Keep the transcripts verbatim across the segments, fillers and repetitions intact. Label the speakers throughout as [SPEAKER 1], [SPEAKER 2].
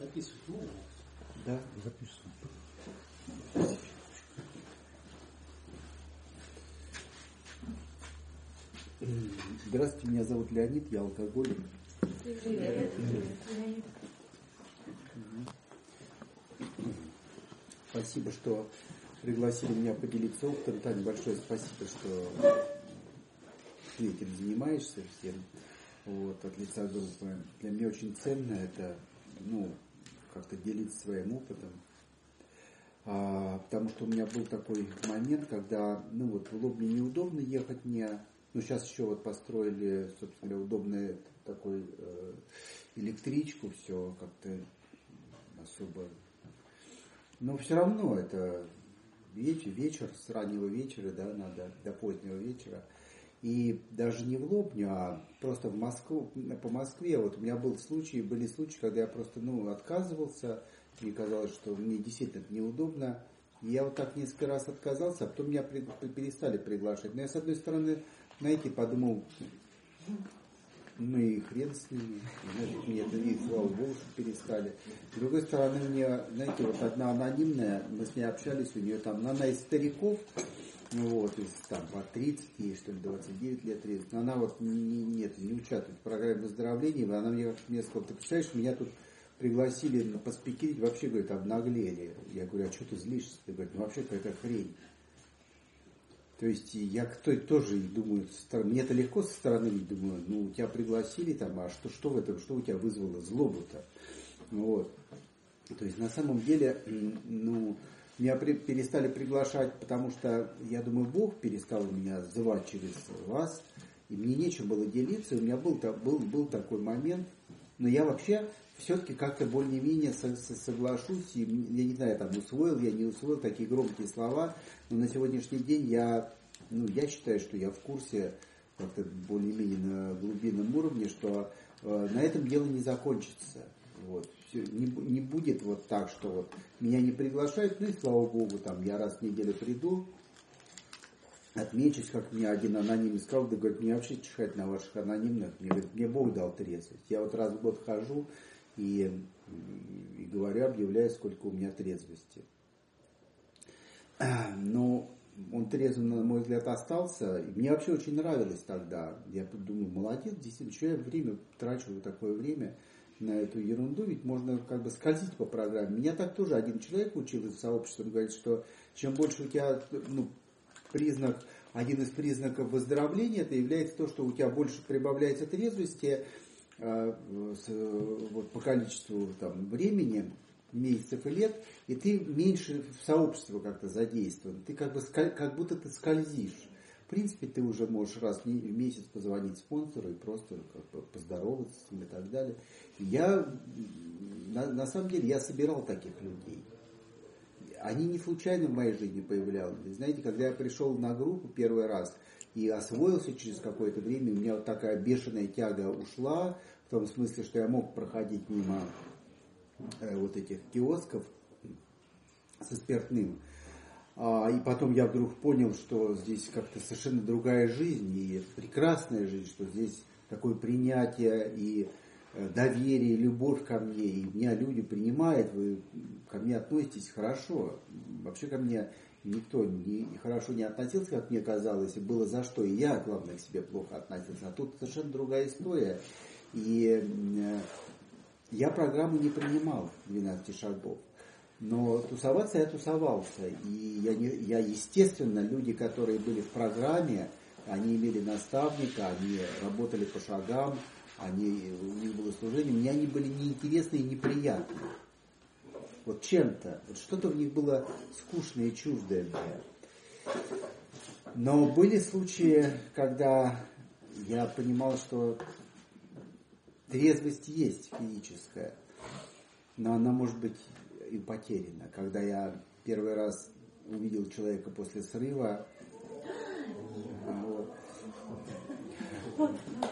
[SPEAKER 1] Записывать можно?
[SPEAKER 2] Да, записываю. Здравствуйте, меня зовут Леонид, я алкоголик.
[SPEAKER 3] Привет. Привет.
[SPEAKER 2] Спасибо, что пригласили меня поделиться опытом. Таня, большое спасибо, что ты этим занимаешься всем. Вот, от лица группы. Для меня очень ценно это, ну, как-то делиться своим опытом. А, потому что у меня был такой момент, когда, ну вот, в Лобне неудобно ехать мне. Ну, сейчас еще вот построили, собственно, удобную такой э, электричку, все как-то особо. Но все равно это вечер, вечер, с раннего вечера, да, надо до позднего вечера. И даже не в Лобню, а просто в Москву, по Москве. Вот у меня был случай, были случаи, когда я просто, ну, отказывался. Мне казалось, что мне действительно это неудобно. И я вот так несколько раз отказался, а потом меня при, перестали приглашать. Но я, с одной стороны, знаете, подумал, ну и хрен с ними. Значит, мне это, и слава богу, что перестали. С другой стороны, мне, знаете, вот одна анонимная, мы с ней общались, у нее там, она из стариков, вот, из там по тридцать, ей что ли, двадцать девять лет, тридцать, но она вот не, нет, не участвует в программе выздоровления, она мне, мне сказала, ты представляешь, меня тут пригласили поспикерить, вообще, говорит, обнаглели. Я говорю, а что ты злишься? Ты говоришь, ну вообще какая-то хрень. То есть я кто тоже думаю, мне это легко со стороны, думаю, ну тебя пригласили там, а что, что в этом, что у тебя вызвало злобу-то? Вот. То есть на самом деле, ну, меня при, перестали приглашать, потому что, я думаю, Бог перестал меня звать через вас, и мне нечем было делиться, у меня был, был, был такой момент, но я вообще все-таки как-то более-менее соглашусь, и я не знаю, там усвоил, я не усвоил такие громкие слова, но на сегодняшний день я, ну, я считаю, что я в курсе как-то более-менее на глубинном уровне, что э, на этом дело не закончится. Вот. Все, не, не будет вот так, что вот меня не приглашают, ну и слава богу, там я раз в неделю приду, отмечусь, как мне один аноним сказал, да говорит, мне вообще чихать на ваших анонимных, мне, говорит, мне Бог дал трезвость. Я вот раз в год хожу и, и говорю, объявляю, сколько у меня трезвости. Но он трезвым, на мой взгляд, остался. И мне вообще очень нравилось тогда. Я думаю, молодец, действительно, что я время трачу такое время на эту ерунду, ведь можно как бы скользить по программе. Меня так тоже один человек учил из сообщества, он говорит, что чем больше у тебя, ну, признак, один из признаков выздоровления, это является то, что у тебя больше прибавляется трезвости э, с, вот, по количеству там, времени, месяцев и лет, и ты меньше в сообщество как-то задействован. Ты как бы как будто ты скользишь. В принципе, ты уже можешь раз в месяц позвонить спонсору и просто как бы поздороваться с ним и так далее. И я, на, на самом деле, я собирал таких людей. Они не случайно в моей жизни появлялись. Знаете, когда я пришел на группу первый раз и освоился через какое-то время, у меня вот такая бешеная тяга ушла, в том смысле, что я мог проходить мимо э, вот этих киосков со спиртным. А, и потом я вдруг понял, что здесь как-то совершенно другая жизнь, и прекрасная жизнь, что здесь такое принятие и доверие, любовь ко мне, и меня люди принимают, вы ко мне относитесь хорошо. Вообще ко мне никто не, хорошо не относился, как мне казалось, и было за что, и я, главное, к себе плохо относился. А тут совершенно другая история. И я программу не принимал двенадцати шагов. Но тусоваться я тусовался. И я, не, я, естественно, люди, которые были в программе, они имели наставника, они работали по шагам, они, у них было служение, мне они были неинтересны и неприятны. Вот чем-то, вот что-то в них было скучное и чуждое мне. Но были случаи, когда я понимал, что трезвость есть физическая, но она может быть и потеряна. Когда я первый раз увидел человека после срыва, вот,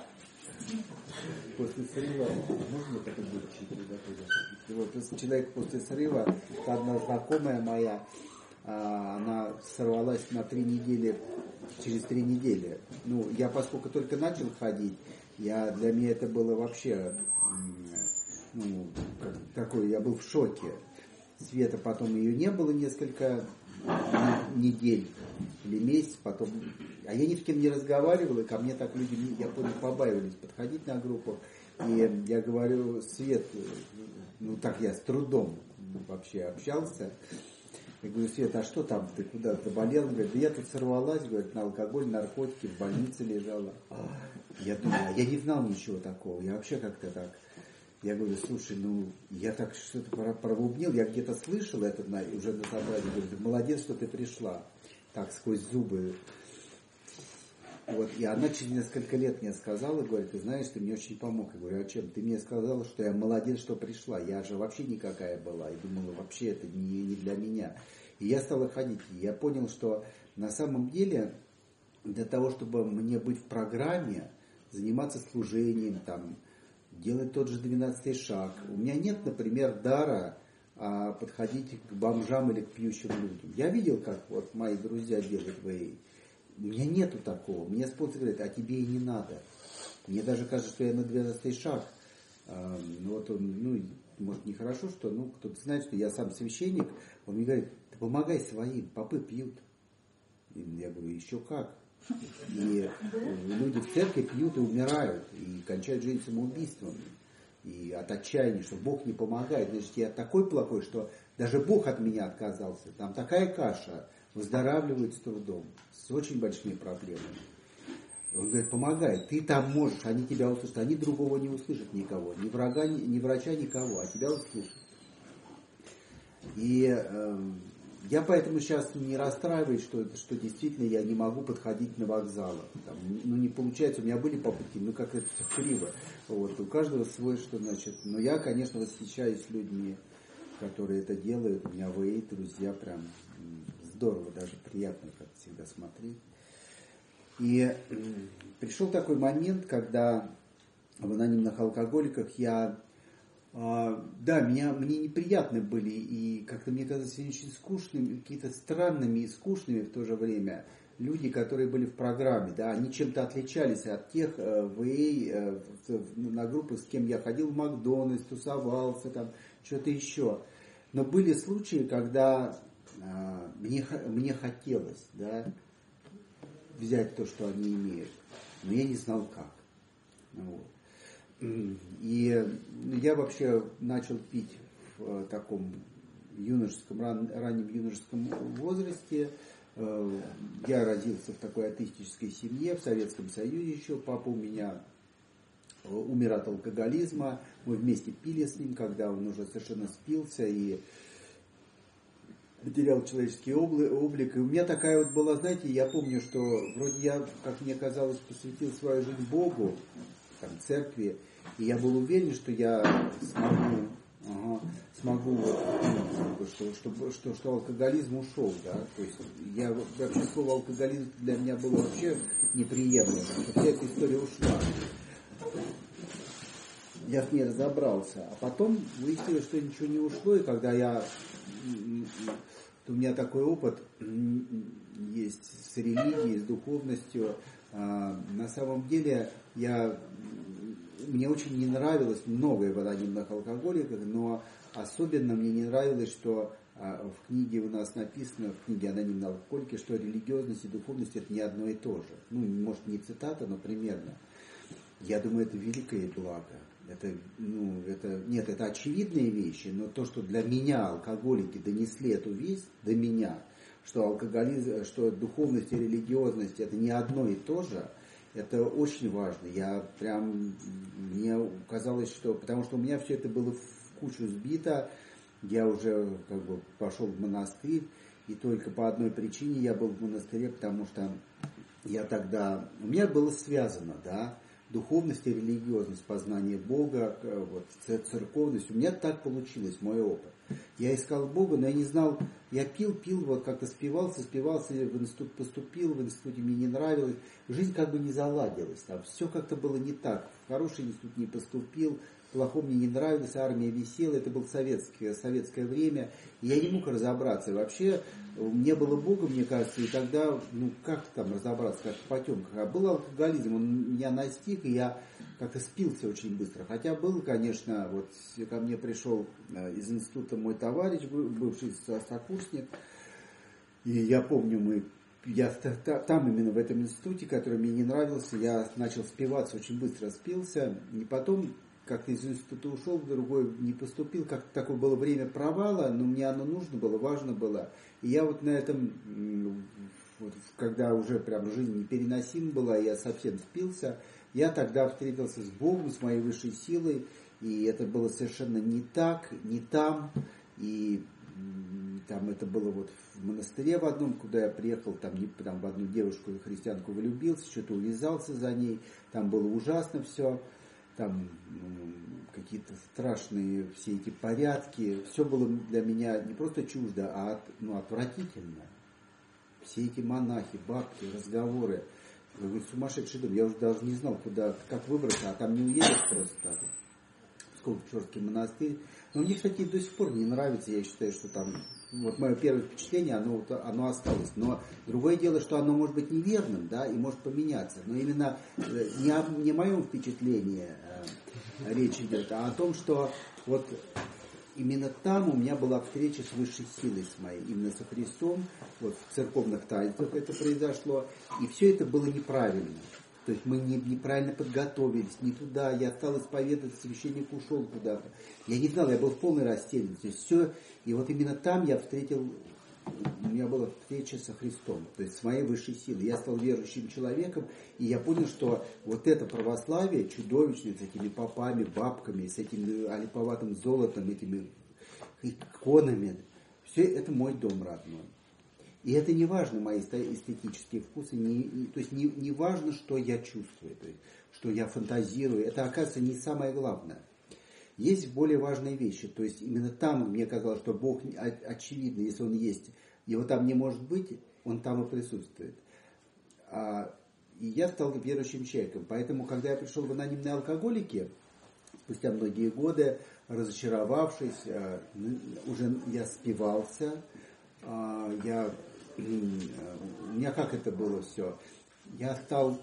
[SPEAKER 2] после срыва, можно это будет чуть-чуть, вот, человек после срыва, одна знакомая моя, она сорвалась на три недели, через три недели. Ну, я поскольку только начал ходить, я, для меня это было вообще ну, как, такой, я был в шоке. Света потом ее не было несколько недель или месяц, потом, а я ни с кем не разговаривал, и ко мне так люди, я понял, побаивались подходить на группу, и я говорю: Свет, ну так я с трудом вообще общался, я говорю: Свет, а что там, ты куда, заболел? Он говорит: да я тут сорвалась, говорит, на алкоголь, наркотики, в больнице лежала. Я думаю, я не знал ничего такого, я вообще как-то так. Я говорю: слушай, ну, я так что-то пробубнил, я где-то слышал это на, уже на собрании, говорю: молодец, что ты пришла. Так, сквозь зубы. Вот, и она через несколько лет мне сказала, говорит: ты знаешь, ты мне очень помог. Я говорю: а чем? Ты мне сказала, что я молодец, что пришла. Я же вообще никакая была. И думала, вообще это не, не для меня. И я стала ходить. И я понял, что на самом деле для того, чтобы мне быть в программе, заниматься служением, там, делать тот же двенадцатый шаг. У меня нет, например, дара а, подходить к бомжам или к пьющим людям. Я видел, как вот мои друзья делают в эй. У меня нету такого. Мне спонсор говорит: а тебе и не надо. Мне даже кажется, что я на двенадцатый шаг. А, ну, вот он, ну, может, нехорошо, что, ну, кто-то знает, что я сам священник. Он мне говорит: ты помогай своим, попы пьют. И я говорю: еще как. И люди в церкви пьют и умирают, и кончают жизнь самоубийством, и от отчаяния, что Бог не помогает. Значит, я такой плохой, что даже Бог от меня отказался. Там такая каша, выздоравливают с трудом, с очень большими проблемами. Он говорит: помогай, ты там можешь, они тебя услышат, они другого не услышат никого, ни врага, ни врача, никого, а тебя услышат. И э, я поэтому сейчас не расстраиваюсь, что, что действительно я не могу подходить на вокзалах. Там, ну, не получается, у меня были попытки, ну, как это все криво. Вот, у каждого свой, что значит. Но я, конечно, восхищаюсь людьми, которые это делают. У меня в эй друзья прям здорово, даже приятно, как всегда, смотреть. И э, пришел такой момент, когда в анонимных алкоголиках я... А, да, меня, мне неприятны были и как-то мне казалось очень скучными, какие-то странными и скучными в то же время люди, которые были в программе, да, они чем-то отличались от тех э, в эй, э, в, на группы, с кем я ходил в Макдональдс, тусовался, там, что-то еще. Но были случаи, когда э, мне, мне хотелось, да, взять то, что они имеют, но я не знал как. Вот. И я вообще начал пить в таком юношеском, ран, раннем юношеском возрасте. Я родился в такой атеистической семье, в Советском Союзе еще. Папа у меня умер от алкоголизма. Мы вместе пили с ним, когда он уже совершенно спился и потерял человеческий облик. И у меня такая вот была, знаете, я помню, что вроде я, как мне казалось, посвятил свою жизнь Богу, там, церкви, и я был уверен, что я смогу, ага, смогу ну, что, что, что, что алкоголизм ушел, да, то есть я вообще слово алкоголизм для меня было вообще неприемлемо, что вся эта история ушла. Я с ней разобрался, а потом выяснилось, что ничего не ушло, и когда я, у меня такой опыт есть с религией, с духовностью, на самом деле я мне очень не нравилось многое в анонимных алкоголиках, но особенно мне не нравилось, что а, в книге у нас написано, в книге «Анонимные алкоголики», что религиозность и духовность – это не одно и то же. Ну, может, не цитата, но примерно. Я думаю, это великое благо. Это, ну, это, нет, это очевидные вещи, но то, что для меня алкоголики донесли эту весть, до меня, что алкоголизм, что духовность и религиозность – это не одно и то же, это очень важно. Я прям, мне казалось, что, потому что у меня все это было в кучу сбито, я уже как бы пошел в монастырь, и только по одной причине я был в монастыре, потому что я тогда, у меня было связано, да, духовность и религиозность, познание Бога, вот, церковность. У меня так получилось, мой опыт. Я искал Бога, но я не знал, я пил, пил, вот как-то спивался, спивался, в институт поступил, в институте мне не нравилось, жизнь как бы не заладилась, там все как-то было не так, в хороший институт не поступил, в плохом мне не нравилось, армия висела, это было советское, советское время, и я не мог разобраться, и вообще не было Бога, мне кажется, и тогда, ну как там разобраться, как в потемках, а был алкоголизм, он меня настиг, и я как-то спился очень быстро. Хотя был, конечно, вот ко мне пришел из института мой товарищ, бывший сокурсник, и я помню, мы, я там именно в этом институте, который мне не нравился, я начал спиваться, очень быстро спился, и потом как-то из института ушел, в другой не поступил, как-то такое было время провала, но мне оно нужно было, важно было. И я вот на этом, вот, когда уже прям жизнь непереносима была, я совсем спился, я тогда встретился с Богом, с моей высшей силой, и это было совершенно не так, не там, и там это было вот в монастыре в одном, куда я приехал, там, там в одну девушку, христианку, влюбился, что-то увязался за ней, там было ужасно все, там какие-то страшные все эти порядки, все было для меня не просто чуждо, а ну, отвратительно. Все эти монахи, бабки, разговоры, сумасшедший дом, я уже даже не знал, куда, как выбраться, а там не уедешь просто так. Псково-Печорский монастырь. Но мне, кстати, до сих пор не нравится, я считаю, что там, вот мое первое впечатление, оно, оно осталось. Но другое дело, что оно может быть неверным, да, и может поменяться. Но именно не о, не о моем впечатлении э, речь идет, а о том, что вот именно там у меня была встреча с высшей силой с моей, именно со Христом, вот в церковных таинствах это произошло, и все это было неправильно. То есть мы не, неправильно подготовились, не туда, я стал исповедовать, священник ушел куда-то. Я не знал, я был в полной растерянности. Все, и вот именно там я встретил, у меня была встреча со Христом, то есть с моей высшей силой. Я стал верующим человеком, и я понял, что вот это православие чудовищное, с этими попами, бабками, с этим олиповатым золотом, этими иконами, все это мой дом родной. И это не важно, мои эстетические вкусы, не, не, то есть не, не важно, что я чувствую, то есть, что я фантазирую. Это, оказывается, не самое главное. Есть более важные вещи. То есть именно там мне казалось, что Бог очевидно, если Он есть, Его там не может быть, Он там и присутствует. А, и я стал верующим человеком. Поэтому, когда я пришел в анонимные алкоголики, спустя многие годы, разочаровавшись, уже я спивался, я... У меня как это было все? Я стал...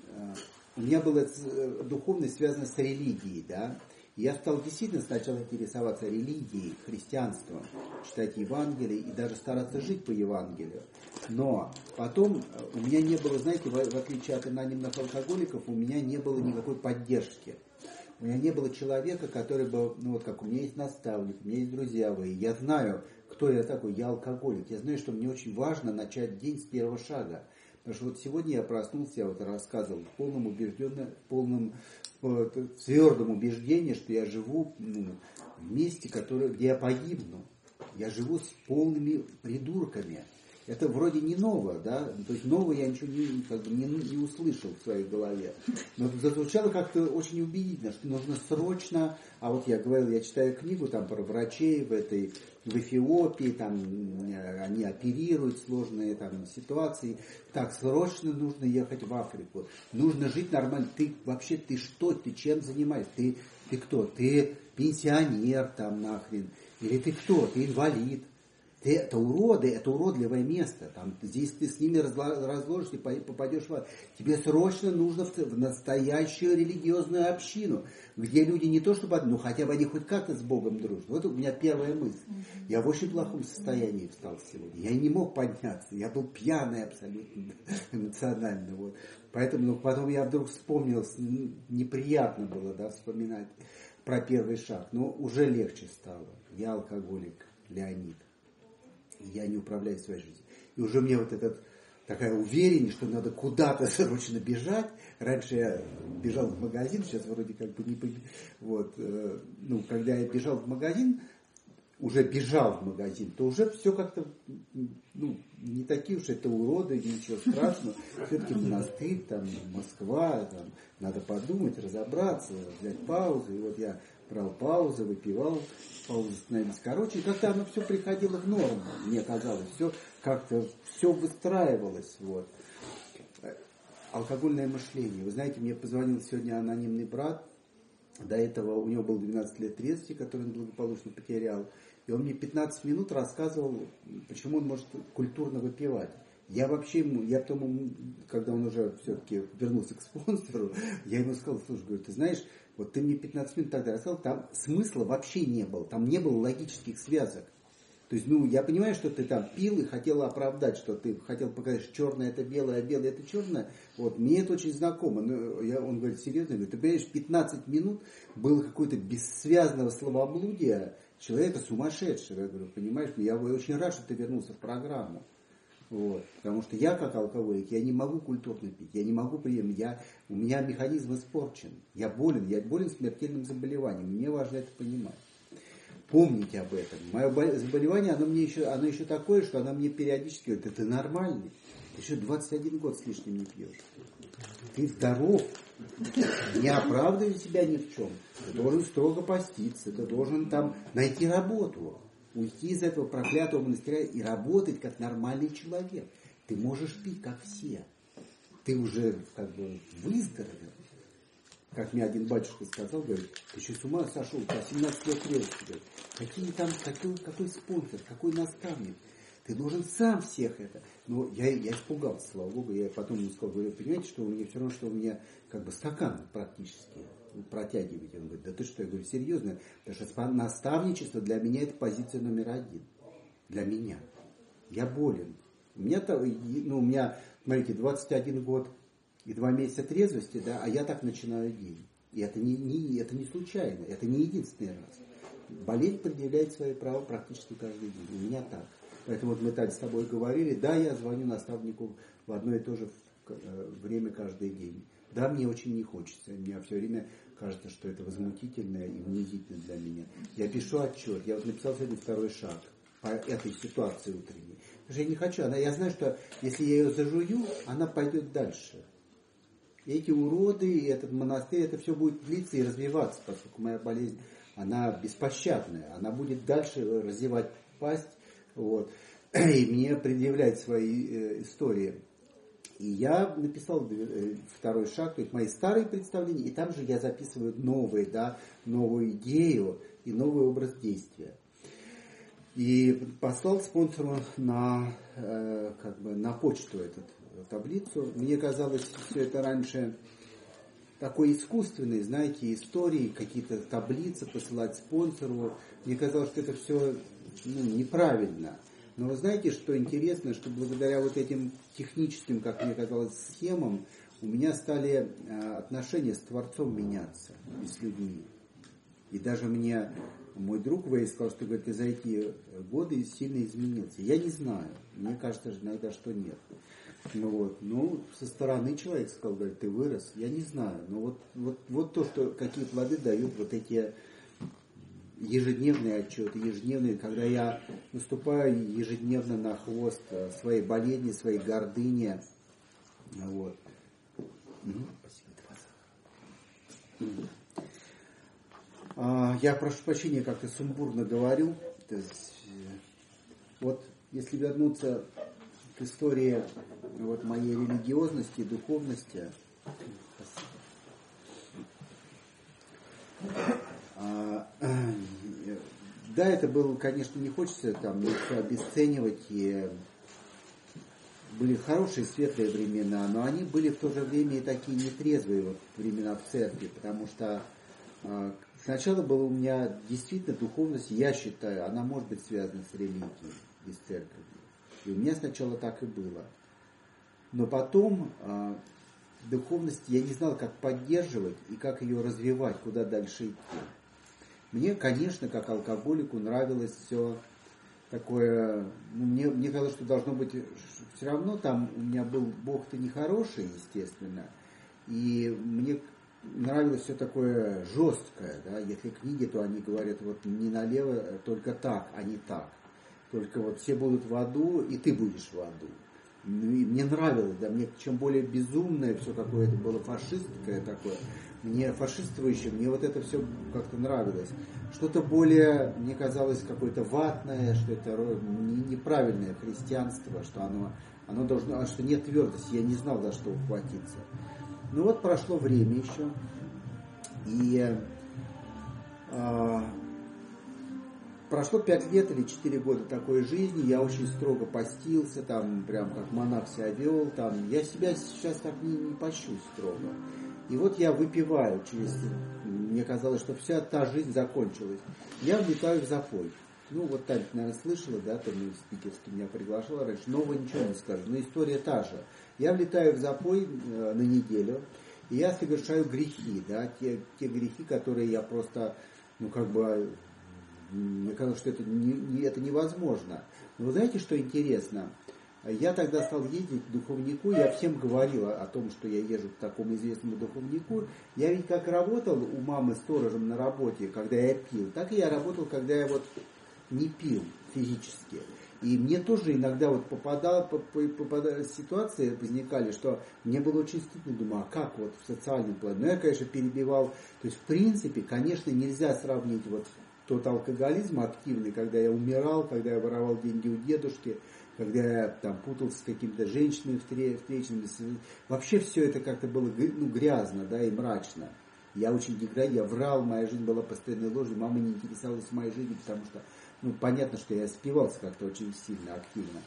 [SPEAKER 2] У меня была духовность связана с религией, да? Я стал действительно сначала интересоваться религией, христианством, читать Евангелие и даже стараться жить по Евангелию. Но потом у меня не было, знаете, в отличие от анонимных алкоголиков, у меня не было никакой поддержки. У меня не было человека, который бы, ну вот как у меня есть наставник, у меня есть друзья вы, я знаю, кто я такой, я алкоголик. Я знаю, что мне очень важно начать день с первого шага. Потому что вот сегодня я проснулся, я вот рассказывал, в полном убежденном, в полном в твердом убеждении, что я живу ну, в месте, которое, где я погибну. Я живу с полными придурками. Это вроде не ново, да, то есть нового я ничего не, как бы не, не услышал в своей голове. Но зазвучало как-то очень убедительно, что нужно срочно, а вот я говорил, я читаю книгу там про врачей в этой, в Эфиопии, там они оперируют сложные там ситуации. Так, срочно нужно ехать в Африку, нужно жить нормально. Ты вообще, ты что, ты чем занимаешься? Ты, ты кто? Ты пенсионер там нахрен? Или ты кто? Ты инвалид? Ты, это уроды, это уродливое место. Там, здесь ты с ними разложишь и попадешь в ад. Тебе срочно нужно в, в настоящую религиозную общину, где люди не то чтобы, ну хотя бы они хоть как-то с Богом дружат. Вот у меня первая мысль. Я в очень плохом состоянии встал сегодня. Я не мог подняться. Я был пьяный абсолютно эмоционально. Вот. Поэтому ну, потом я вдруг вспомнил, неприятно было да, вспоминать про первый шаг. Но уже легче стало. Я алкоголик, Леонид. Я не управляю своей жизнью. И уже мне вот эта такая уверенность, что надо куда-то срочно бежать. Раньше я бежал в магазин, сейчас вроде как бы не побежал. Вот, э, ну, когда я бежал в магазин, уже бежал в магазин, то уже все как-то, ну, не такие уж это уроды, ничего страшного. Все-таки монастырь, там, Москва, там, надо подумать, разобраться, взять паузу. И вот я брал паузу, выпивал, паузы становились короче. И как-то оно все приходило в норму, мне казалось. Все как-то, все выстраивалось. Вот. Алкогольное мышление. Вы знаете, мне позвонил сегодня анонимный брат. До этого у него было двенадцать лет трезвости, который он благополучно потерял. И он мне пятнадцать минут рассказывал, почему он может культурно выпивать. Я вообще ему, я потом, когда он уже все-таки вернулся к спонсору, я ему сказал, слушай, говорю, ты знаешь, вот ты мне пятнадцать минут тогда рассказал, там смысла вообще не было, там не было логических связок. То есть, ну, я понимаю, что ты там пил и хотел оправдать, что ты хотел показать, что черное это белое, а белое это черное. Вот, мне это очень знакомо. Но я, он говорит, серьезно, говорит, ты понимаешь, пятнадцать минут было какое-то бессвязного словоблудия человека сумасшедшего. Я говорю, понимаешь, я очень рад, что ты вернулся в программу. Вот. Потому что я, как алкоголик, я не могу культурно пить, я не могу приемлять, я, у меня механизм испорчен. Я болен, я болен смертельным заболеванием. Мне важно это понимать. Помните об этом. Мое заболевание, оно, мне еще, оно еще такое, что оно мне периодически говорит, ты нормальный, ты еще двадцать один год с лишним не пьешь. Ты здоров, не оправдывай себя ни в чем. Ты должен строго поститься, ты должен там найти работу, уйти из этого проклятого монастыря и работать как нормальный человек. Ты можешь пить, как все. Ты уже как бы выздоровел. Как мне один батюшка сказал, говорит, ты что, с ума сошел, у тебя семнадцать лет трезвости. Какие там, какой, какой спонсор, какой наставник? Ты должен сам всех это. Но я, я испугался, слава Богу. Я потом ему сказал, говорю, понимаете, что у меня все равно, что у меня как бы стакан практически протягиваете. Он говорит, да ты что? Я говорю, серьезно. Потому что наставничество для меня это позиция номер один. Для меня. Я болен. У меня, ну, у меня, смотрите, двадцать один год и два месяца трезвости, да, а я так начинаю день. И это не, не, это не случайно, это не единственный раз. Болезнь предъявляет свои права практически каждый день. У меня так. Поэтому вот мы так с тобой говорили, да, я звоню наставнику в одно и то же время каждый день. Да, мне очень не хочется. Мне все время кажется, что это возмутительно и унизительно для меня. Я пишу отчет. Я вот написал сегодня второй шаг по этой ситуации утренней. Потому что я не хочу. Она, я знаю, что если я ее зажую, она пойдет дальше. И эти уроды, и этот монастырь, это все будет длиться и развиваться, поскольку моя болезнь, она беспощадная. Она будет дальше разевать пасть. Вот, и мне предъявлять свои э, истории. И я написал э, второй шаг, то есть мои старые представления, и там же я записываю новые, да, новую идею и новый образ действия. И послал спонсору на, э, как бы на почту эту таблицу. Мне казалось, все это раньше такой искусственной, знаете, истории, какие-то таблицы посылать спонсору. Мне казалось, что это все ну, неправильно. Но вы знаете, что интересно, что благодаря вот этим техническим, как мне казалось, схемам, у меня стали отношения с Творцом меняться и с людьми. И даже мне мой друг Вэй сказал, что говорит, ты за эти годы сильно изменился. Я не знаю. Мне кажется иногда, что нет. Ну, вот. Ну, со стороны человек сказал, говорит, ты вырос. Я не знаю. Но вот, вот, вот то, что какие плоды дают вот эти ежедневные отчеты, ежедневные, когда я наступаю ежедневно на хвост своей болезни, своей гордыни. Вот. Угу. Спасибо. А, я прошу прощения, как-то сумбурно говорю. То есть, вот если вернуться к истории вот, моей религиозности, духовности, да, это было, конечно, не хочется там все обесценивать, и были хорошие, светлые времена, но они были в то же время и такие нетрезвые вот времена в церкви, потому что э, сначала была у меня действительно духовность, я считаю, она может быть связана с религией и с церковью. И у меня сначала так и было. Но потом э, духовность я не знал, как поддерживать и как ее развивать, куда дальше идти. Мне, конечно, как алкоголику нравилось все такое, ну, мне, мне казалось, что должно быть все равно, там у меня был Бог-то нехороший, естественно, и мне нравилось все такое жесткое, да, если книги, то они говорят, вот не налево, только так, а не так, только вот все будут в аду, и ты будешь в аду. Ну, и мне нравилось, да, мне чем более безумное все какое-то было, фашистское такое, мне фашистующее, мне вот это все как-то нравилось. Что-то более, мне казалось, какое-то ватное, что это неправильное христианство, что оно, оно должно, что нет твердости, я не знал, за что ухватиться. Ну вот прошло время еще, и э, прошло пять лет или четыре года такой жизни, я очень строго постился, там прям как монах себя вел, там, я себя сейчас так не, не пощу строго. И вот я выпиваю через, мне казалось, что вся та жизнь закончилась. Я влетаю в запой. Ну, вот Таня, наверное, слышала, да, там из Питерска меня приглашала раньше, нового ничего не скажу, но история та же. Я влетаю в запой э, на неделю, и я совершаю грехи, да, те, те грехи, которые я просто, ну, как бы, мне казалось, что это, не, не, это невозможно. Но вы знаете, что интересно? Я тогда стал ездить к духовнику, я всем говорил о том, что я езжу к такому известному духовнику. Я ведь как работал у мамы сторожем на работе, когда я пил, так и я работал, когда я вот не пил физически. И мне тоже иногда вот попадал, попадали ситуации, возникали, что мне было очень стыдно, думаю, а как вот в социальном плане? Ну, я, конечно, перебивал. То есть, в принципе, конечно, нельзя сравнить вот тот алкоголизм активный, когда я умирал, когда я воровал деньги у дедушки, когда я там путался с какими-то женщинами встречными. Вообще все это как-то было, ну, грязно, да, и мрачно. Я очень деградировал, я врал, моя жизнь была постоянной ложью, мама не интересовалась моей жизнью, потому что, ну, понятно, что я спивался как-то очень сильно, активно.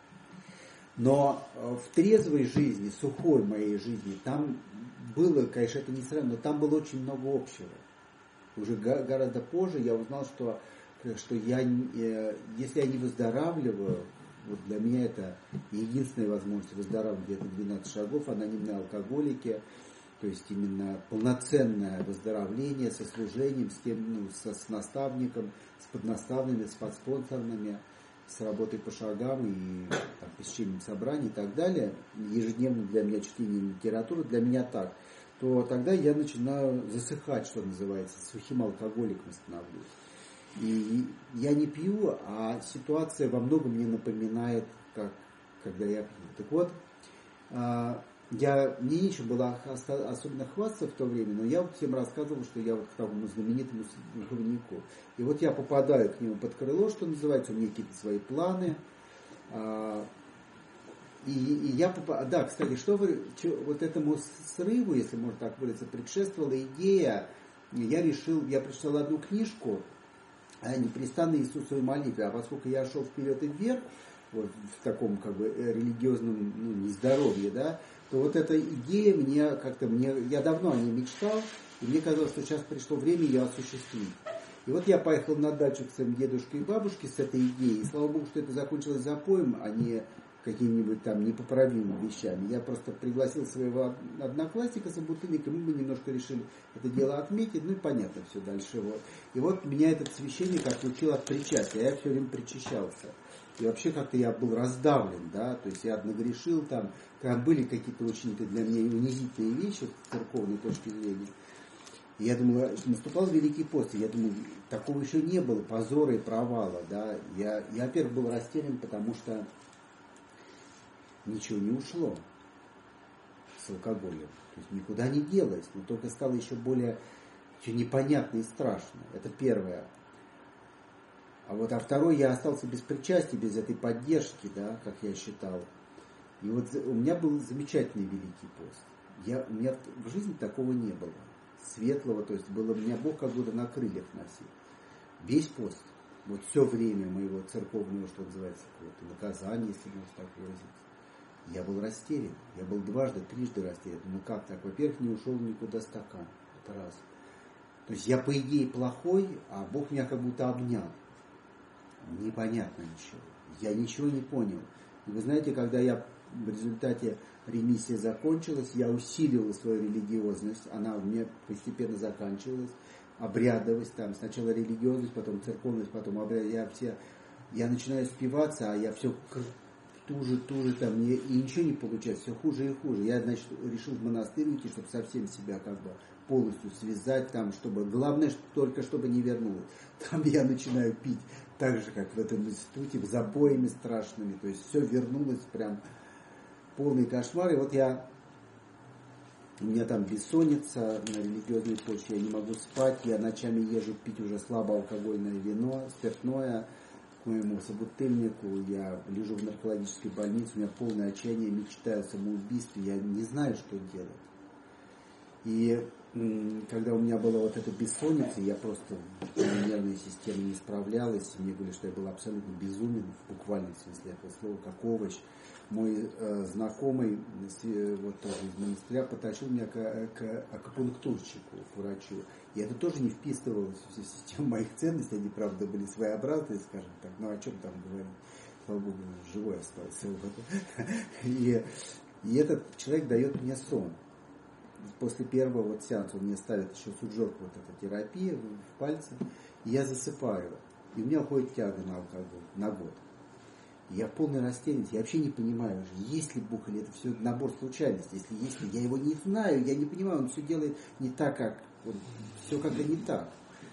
[SPEAKER 2] Но в трезвой жизни, сухой моей жизни, там было, конечно, это не сравнено, но там было очень много общего. Уже гораздо позже я узнал, что, что я, если я не выздоравливаю, вот для меня это единственная возможность выздоравливать, где-то двенадцать шагов, анонимные алкоголики, то есть именно полноценное выздоровление со служением, с, тем, ну, со, с наставником, с поднаставными, с подспонсорными, с работой по шагам и там, посещением собраний и так далее, ежедневно для меня чтение литературы, для меня так, то тогда я начинаю засыхать, что называется, сухим алкоголиком становлюсь. И я не пью, а ситуация во многом мне напоминает, как когда я пью. Так вот, я, мне нечем было особенно хвастаться в то время, но я вот всем рассказывал, что я вот к такому знаменитому духовнику. И вот я попадаю к нему под крыло, что называется, у меня какие-то свои планы. И, и я попадаю... Да, кстати, что вы... Что, вот этому срыву, если можно так выразиться, предшествовала идея, я решил, я прочитал одну книжку о непрестанной Иисусовой молитве, а поскольку я шел вперед и вверх, вот в таком как бы религиозном, ну, нездоровье, да, то вот эта идея мне как-то, мне, я давно о ней мечтал, и мне казалось, что сейчас пришло время ее осуществить. И вот я поехал на дачу к своим дедушке и бабушке с этой идеей, и слава Богу, что это закончилось запоем, а не какими-нибудь там непоправимыми вещами. Я просто пригласил своего одноклассника с бутыльником, и мы немножко решили это дело отметить, ну и понятно все дальше. Вот. И вот меня этот священник отключил от причастия, я все время причащался. И вообще как-то я был раздавлен, да, то есть я нагрешил там, там были какие-то очень для меня унизительные вещи с церковной точки зрения. И я думал, наступал Великий пост, и я думаю, такого еще не было, позора и провала, да. Я, я во-первых, был растерян, потому что ничего не ушло с алкоголем, то есть никуда не делось, но только стало еще более еще непонятно и страшно. Это первое. А вот а второй, я остался без причастия, без этой поддержки, да, как я считал. И вот у меня был замечательный Великий пост. Я, у меня в жизни такого не было. Светлого, то есть было, меня Бог как будто на крыльях носил. Весь пост, вот все время моего церковного, что называется, какого-то наказания, если можно так выразиться. Я был растерян. Я был дважды, трижды растерян. Ну как так? Во-первых, не ушел никуда стакан. Это раз. То есть я, по идее, плохой, а Бог меня как будто обнял. Непонятно ничего. Я ничего не понял. И вы знаете, когда я в результате ремиссия закончилась, я усилила свою религиозность. Она у меня постепенно заканчивалась. Обрядовость, там сначала религиозность, потом церковность, потом обряд. Я, все, я начинаю спиваться, а я все... туже, туже, там, и ничего не получается, все хуже и хуже. Я, значит, решил в монастырь уйти, чтобы совсем себя как бы полностью связать, там, чтобы, главное, что, только чтобы не вернулось. Там я начинаю пить так же, как в этом институте, с запоями страшными, то есть все вернулось, прям полный кошмар. И вот я, у меня там бессонница на религиозной почве, я не могу спать, я ночами езжу пить уже слабоалкогольное вино, спиртное, моему собутыльнику, я лежу в наркологической больнице, у меня полное отчаяние, мечтаю о самоубийстве, я не знаю, что делать. И когда у меня была вот эта бессонница, я просто нервная система не справлялась, мне говорили, что я был абсолютно безумен, в буквальном смысле этого слова, как овощ. Мой э, знакомый, вот тоже из монастыря, потащил меня к, к акупунктурщику, к врачу. И это тоже не вписывалось в систему моих ценностей, они, правда, были своеобразные, скажем так, ну о чем там говорить, слава Богу, живой остался. И, и этот человек дает мне сон. После первого вот сеанса он мне ставит еще суджок, вот эта терапия в пальце, и я засыпаю. И у меня уходит тяга на алкоголь на год. Я в полной растерянности, я вообще не понимаю, есть ли Бог или это все набор случайностей. Если есть, я его не знаю, я не понимаю, он все делает не так, как он, все как-то не так.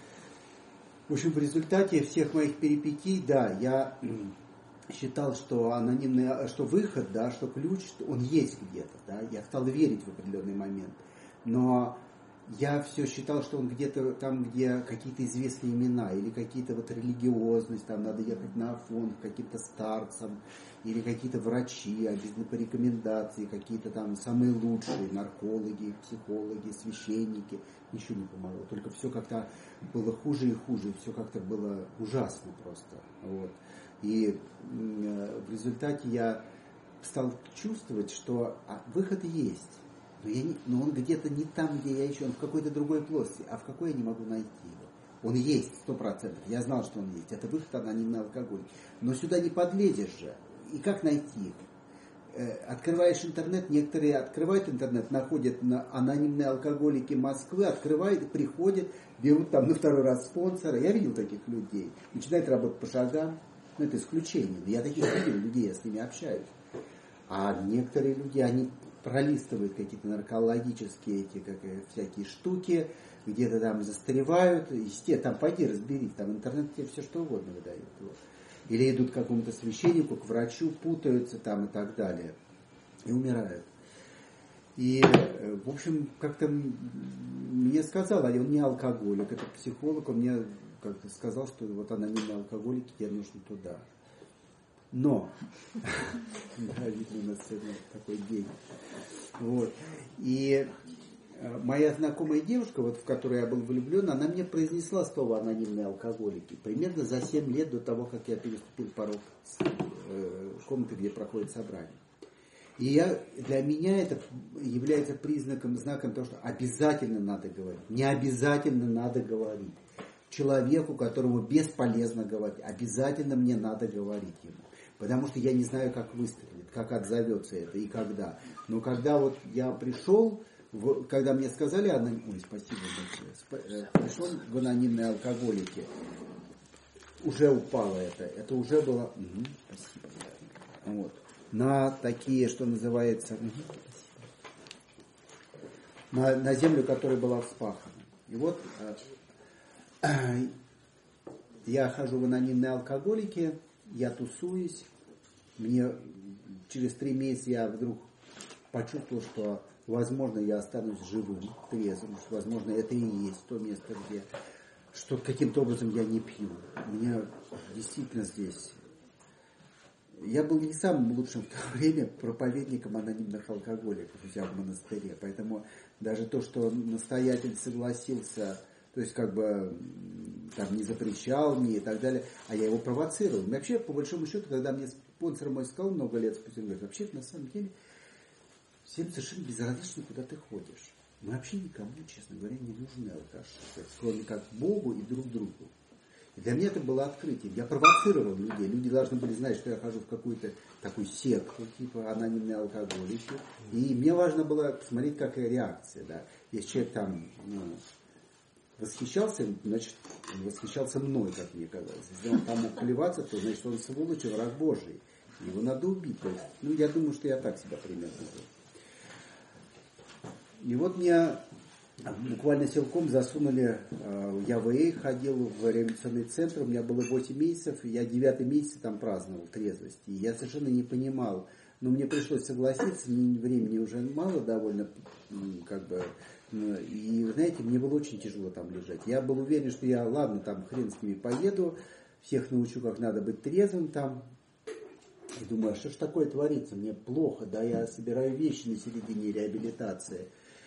[SPEAKER 2] В общем, в результате всех моих перипетий, да, я считал, что анонимный, что выход, да, что ключ, что он есть где-то, да, я стал верить в определенный момент. Но я все считал, что он где-то там, где какие-то известные имена, или какие-то вот религиозность, там надо ехать на Афон к каким-то старцам, или какие-то врачи, обязательно по рекомендации, какие-то там самые лучшие наркологи, психологи, священники. Ничего не помогло. Только все как-то было хуже и хуже, все как-то было ужасно просто. Вот. И в результате я стал чувствовать, что выход есть. Но, я не, но он где-то не там, где я ищу, он в какой-то другой плоскости. А в какой я не могу найти его? Он есть, сто процентов. Я знал, что он есть. Это выход анонимный алкоголь. Но сюда не подлезешь же. И как найти их? Открываешь интернет, некоторые открывают интернет, находят на анонимные алкоголики Москвы, открывают, приходят, берут там на второй раз спонсора. Я видел таких людей. Начинают работать по шагам. Ну, это исключение. Я таких видел людей, я с ними общаюсь. А некоторые люди, они пролистывают какие-то наркологические эти как, всякие штуки, где-то там застревают, естественно, там пойди разберись, там интернет тебе все что угодно выдает. Вот. Или идут к какому-то священнику, к врачу, путаются там и так далее. И умирают. И, в общем, как-то мне сказал, а он не алкоголик, это психолог, он мне как-то сказал, что вот анонимные алкоголики, тебе нужно туда. Но, да, видно, у нас сегодня такой день. Вот. И моя знакомая девушка, вот, в которую я был влюблен, она мне произнесла слово анонимные алкоголики. Примерно за семь лет до того, как я переступил порог комнаты, где проходит собрание. И я, для меня это является признаком, знаком того, что обязательно надо говорить. Не обязательно надо говорить. Человеку, которому бесполезно говорить, обязательно мне надо говорить ему. Потому что я не знаю, как выстрелит, как отзовется это и когда. Но когда вот я пришел, в, когда мне сказали, аноним... ой, спасибо большое, пришел в анонимные алкоголики, уже упало это, это уже было, угу, спасибо, вот, на такие, что называется, угу, на, на землю, которая была вспахана. И вот э, я хожу в анонимные алкоголики, я тусуюсь, мне через три месяца я вдруг почувствовал, что, возможно, я останусь живым, трезвым, что, возможно, это и есть то место, где, что каким-то образом я не пью. У меня действительно здесь... Я был не самым лучшим в то время проповедником анонимных алкоголиков у себя в монастыре, поэтому даже то, что настоятель согласился... То есть, как бы, там, не запрещал мне и так далее, а я его провоцировал. И вообще, по большому счету, когда мне спонсор мой сказал много лет спустя, он говорит, вообще, на самом деле, всем совершенно безразлично, куда ты ходишь. Мы вообще никому, честно говоря, не нужны алкаши, кроме как Богу и друг другу. И для меня это было открытием. Я провоцировал людей. Люди должны были знать, что я хожу в какую-то такую секту, типа анонимные алкоголики. И мне важно было посмотреть, какая реакция. Да. Если человек там... Ну, восхищался, значит, восхищался мной, как мне казалось. Если он там мог плеваться, то, значит, он сволочь и враг Божий. Его надо убить. То есть, ну, я думаю, что я так себя примерно делал. И вот меня буквально силком засунули, я в ИЭ ходил в реабилитационный центр, у меня было восемь месяцев, и я девятый месяц там праздновал трезвость. И я совершенно не понимал, но мне пришлось согласиться, времени уже мало довольно, как бы, и, знаете, мне было очень тяжело там лежать. Я был уверен, что я, ладно, там хрен с ними поеду, всех научу, как надо быть трезвым там. И думаю, а что ж такое творится? Мне плохо, да, я собираю вещи на середине реабилитации.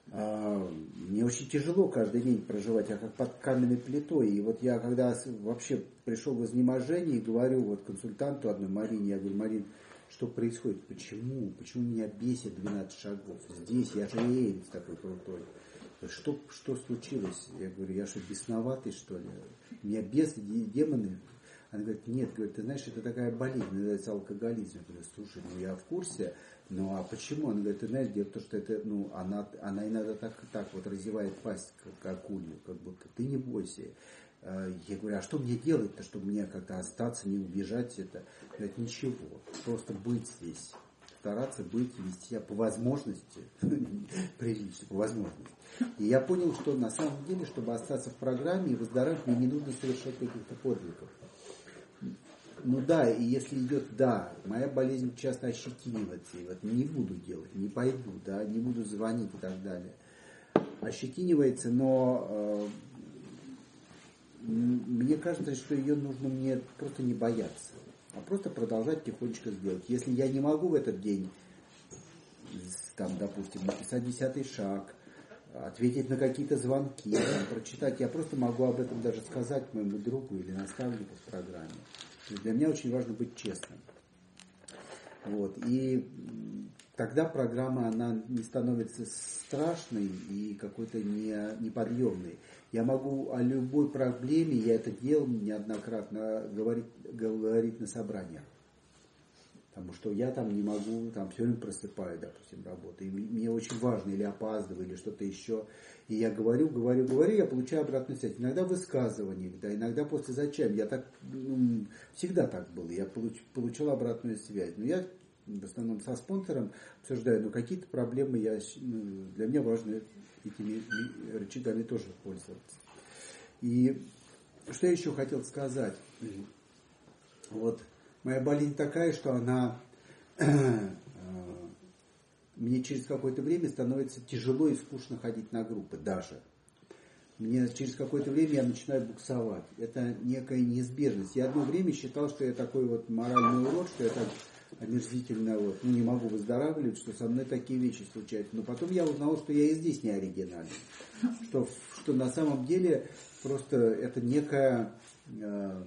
[SPEAKER 2] А, мне очень тяжело каждый день проживать, я как под каменной плитой. И вот я когда вообще пришел в изнеможение и говорю вот консультанту одной Марине, я говорю: Марин, что происходит? Почему? Почему меня бесит двенадцать шагов? Здесь я же рейнс такой крутой. Что, что случилось? Я говорю: я что, бесноватый, что ли? Меня бесы, демоны. Она говорит: нет, говорит, ты знаешь, это такая болезнь, называется алкоголизм. Я говорю: слушай, ну я в курсе, ну а почему? Она говорит: ты знаешь, дело в том, что это, ну, она, она иногда так, так вот разевает пасть, как акулью, как будто ты не бойся. Я говорю: а что мне делать-то, чтобы мне как-то остаться, не убежать это? Говорит: ничего, просто быть здесь, стараться быть, вести себя по возможности, прилично, по возможности. И я понял, что на самом деле, чтобы остаться в программе и выздоравливать, мне не нужно совершать каких-то подвигов. Ну да, и если идет, да, моя болезнь часто ощетинивается, и вот не буду делать, не пойду, да, не буду звонить и так далее. Ощетинивается, но э, мне кажется, что ее нужно мне просто не бояться, а просто продолжать тихонечко сделать. Если я не могу в этот день, там, допустим, написать десятый шаг, ответить на какие-то звонки, там, прочитать, я просто могу об этом даже сказать моему другу или наставнику в программе. То есть для меня очень важно быть честным. Вот. И тогда программа, она не становится страшной и какой-то не, неподъемной. Я могу о любой проблеме, я это делал неоднократно, говорить, говорить на собраниях. Потому что я там не могу, там все время просыпаю, допустим, работу. И мне очень важно, или опаздываю, или что-то еще. И я говорю, говорю, говорю, я получаю обратную связь. Иногда в высказываниях, да, иногда после зачем. Я так, ну, всегда так было. Я получ, получал обратную связь. Но я в основном со спонсором обсуждаю, но какие-то проблемы я, ну, для меня важно этими рычагами тоже пользоваться. И что я еще хотел сказать? Вот. Моя болезнь такая, что она э, мне через какое-то время становится тяжело и скучно ходить на группы даже. Мне через какое-то время я начинаю буксовать. Это некая неизбежность. Я одно время считал, что я такой вот моральный урод, что я так омерзительно вот, ну, не могу выздоравливать, что со мной такие вещи случаются. Но потом я узнал, что я и здесь не оригинальный. Что, что на самом деле просто это некая... Э,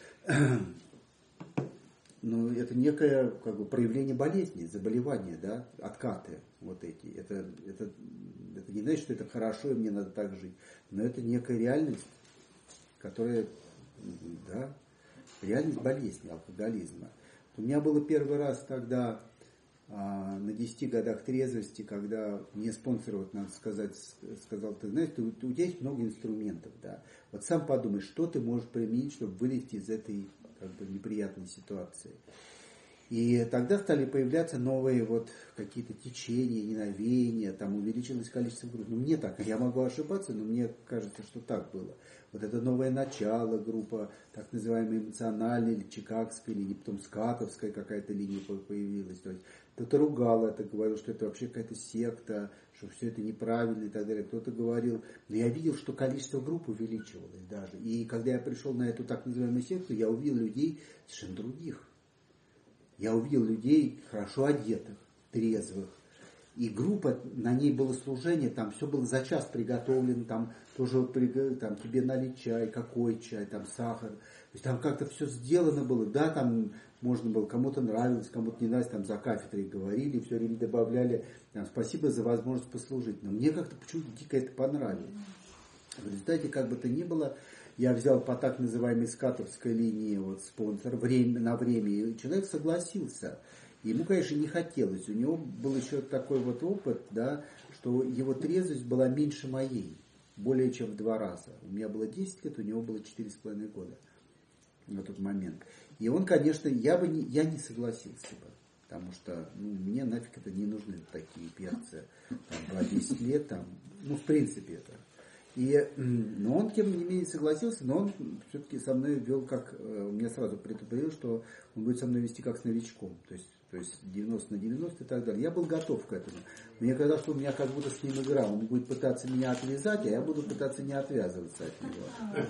[SPEAKER 2] Ну, это некое как бы проявление болезни, заболевания, да, откаты вот эти. Это, это, это не значит, что это хорошо и мне надо так жить, но это некая реальность, которая, да, реальность болезни, алкоголизма. У меня было первый раз тогда а, на десяти годах трезвости, когда мне спонсор, вот надо сказать, сказал: ты знаешь, ты, у тебя есть много инструментов, да, вот сам подумай, что ты можешь применить, чтобы вылезти из этой как бы неприятной ситуации. И тогда стали появляться новые вот какие-то течения, ненавеяния, там увеличилось количество групп. Ну, мне так, я могу ошибаться, но мне кажется, что так было. Вот это новое начало, группа, так называемая эмоциональная, или чикагская, или потом скатовская какая-то линия появилась. То есть кто-то ругал это, говорил, что это вообще какая-то секта, что все это неправильно и так далее. Кто-то говорил, но я видел, что количество групп увеличивалось даже. И когда я пришел на эту так называемую секту, я увидел людей совершенно других. Я увидел людей хорошо одетых, трезвых. И группа, на ней было служение, там все было за час приготовлено, там тоже вот, там, тебе налить чай, какой чай, там сахар. То есть там как-то все сделано было, да, там можно было, кому-то нравилось, кому-то не нравилось, там за кафедрой говорили, все время добавляли, там, спасибо за возможность послужить. Но мне как-то почему-то дико это понравилось. В результате, как бы то ни было, я взял по так называемой скатовской линии вот, спонсор время, на время, и человек согласился. Ему, конечно, не хотелось. У него был еще такой вот опыт, да, что его трезвость была меньше моей, более чем в два раза. У меня было десять лет, у него было четыре с половиной года на тот момент. И он, конечно, я бы не, я не согласился бы, потому что ну, мне нафиг это не нужны такие перцы, там, два-десять лет, там, ну, в принципе, это. И, но он, тем не менее, согласился, но он все-таки со мной вел как, он меня сразу предупредил, что он будет со мной вести как с новичком, то есть, то есть девяносто на девяносто и так далее. Я был готов к этому. Мне казалось, что у меня как будто с ним игра, он будет пытаться меня отвязать, а я буду пытаться не отвязываться от него.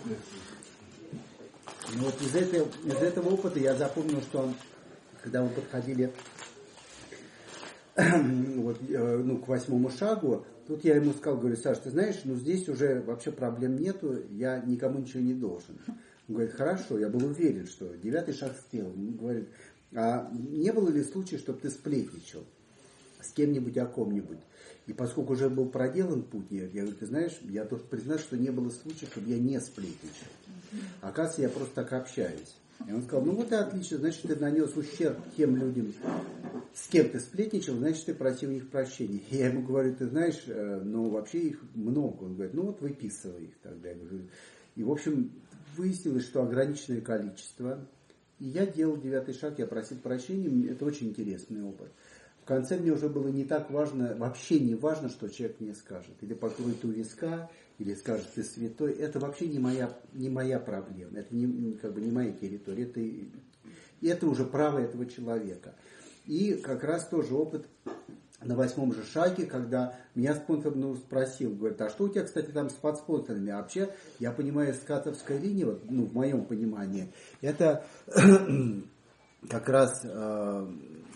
[SPEAKER 2] Но вот из этого, из этого опыта я запомнил, что он, когда мы подходили вот, ну, к восьмому шагу, Тут я ему сказал, говорю, Саш, ты знаешь, ну здесь уже вообще проблем нету, я никому ничего не должен. Он говорит, хорошо, я был уверен, что девятый шаг сделал. Он говорит, а не было ли случая, чтобы ты сплетничал с кем-нибудь о ком-нибудь? И поскольку уже был проделан путь, я говорю, ты знаешь, я тут признаю, что не было случая, чтобы я не сплетничал. Оказывается, я просто так общаюсь. И он сказал, ну вот и отлично, значит, ты нанес ущерб тем людям, с кем ты сплетничал, значит, ты просил их прощения. И я ему говорю, ты знаешь, ну вообще их много. Он говорит, ну вот выписывай их тогда. Я говорю, и в общем, выяснилось, что ограниченное количество. И я делал девятый шаг, я просил прощения, это очень интересный опыт. В конце мне уже было не так важно, вообще не важно, что человек мне скажет. Или покроет у виска, или скажет, ты святой. Это вообще не моя, не моя проблема. Это не, как бы не моя территория. Это, это уже право этого человека. И как раз тоже опыт на восьмом же шаге, когда меня спонсор ну, спросил, говорит, а что у тебя, кстати, там с подспонсорами? А вообще, я понимаю, скатовская линия, вот, ну, в моем понимании, это как раз... Э,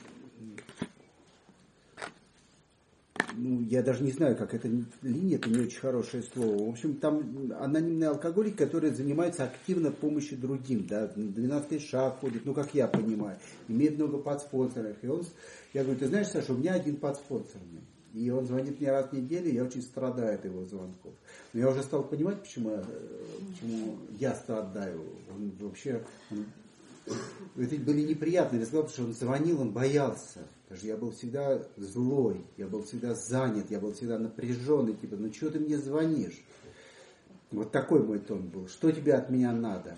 [SPEAKER 2] ну, я даже не знаю, как эта линия, это не очень хорошее слово. В общем, там анонимные алкоголики, которые занимаются активно помощью другим, да, двенадцатый шаг ходит, ну, как я понимаю, имеет много подспонсоров. И он, я говорю, ты знаешь, Саша, у меня один подспонсорный. И он звонит мне раз в неделю, я очень страдаю от его звонков. Но я уже стал понимать, почему, почему я страдаю. Он вообще... Он, это были неприятные разговоры, потому что он звонил, он боялся. Потому что я был всегда злой, я был всегда занят, я был всегда напряженный. Типа, ну что ты мне звонишь? Вот такой мой тон был. Что тебе от меня надо?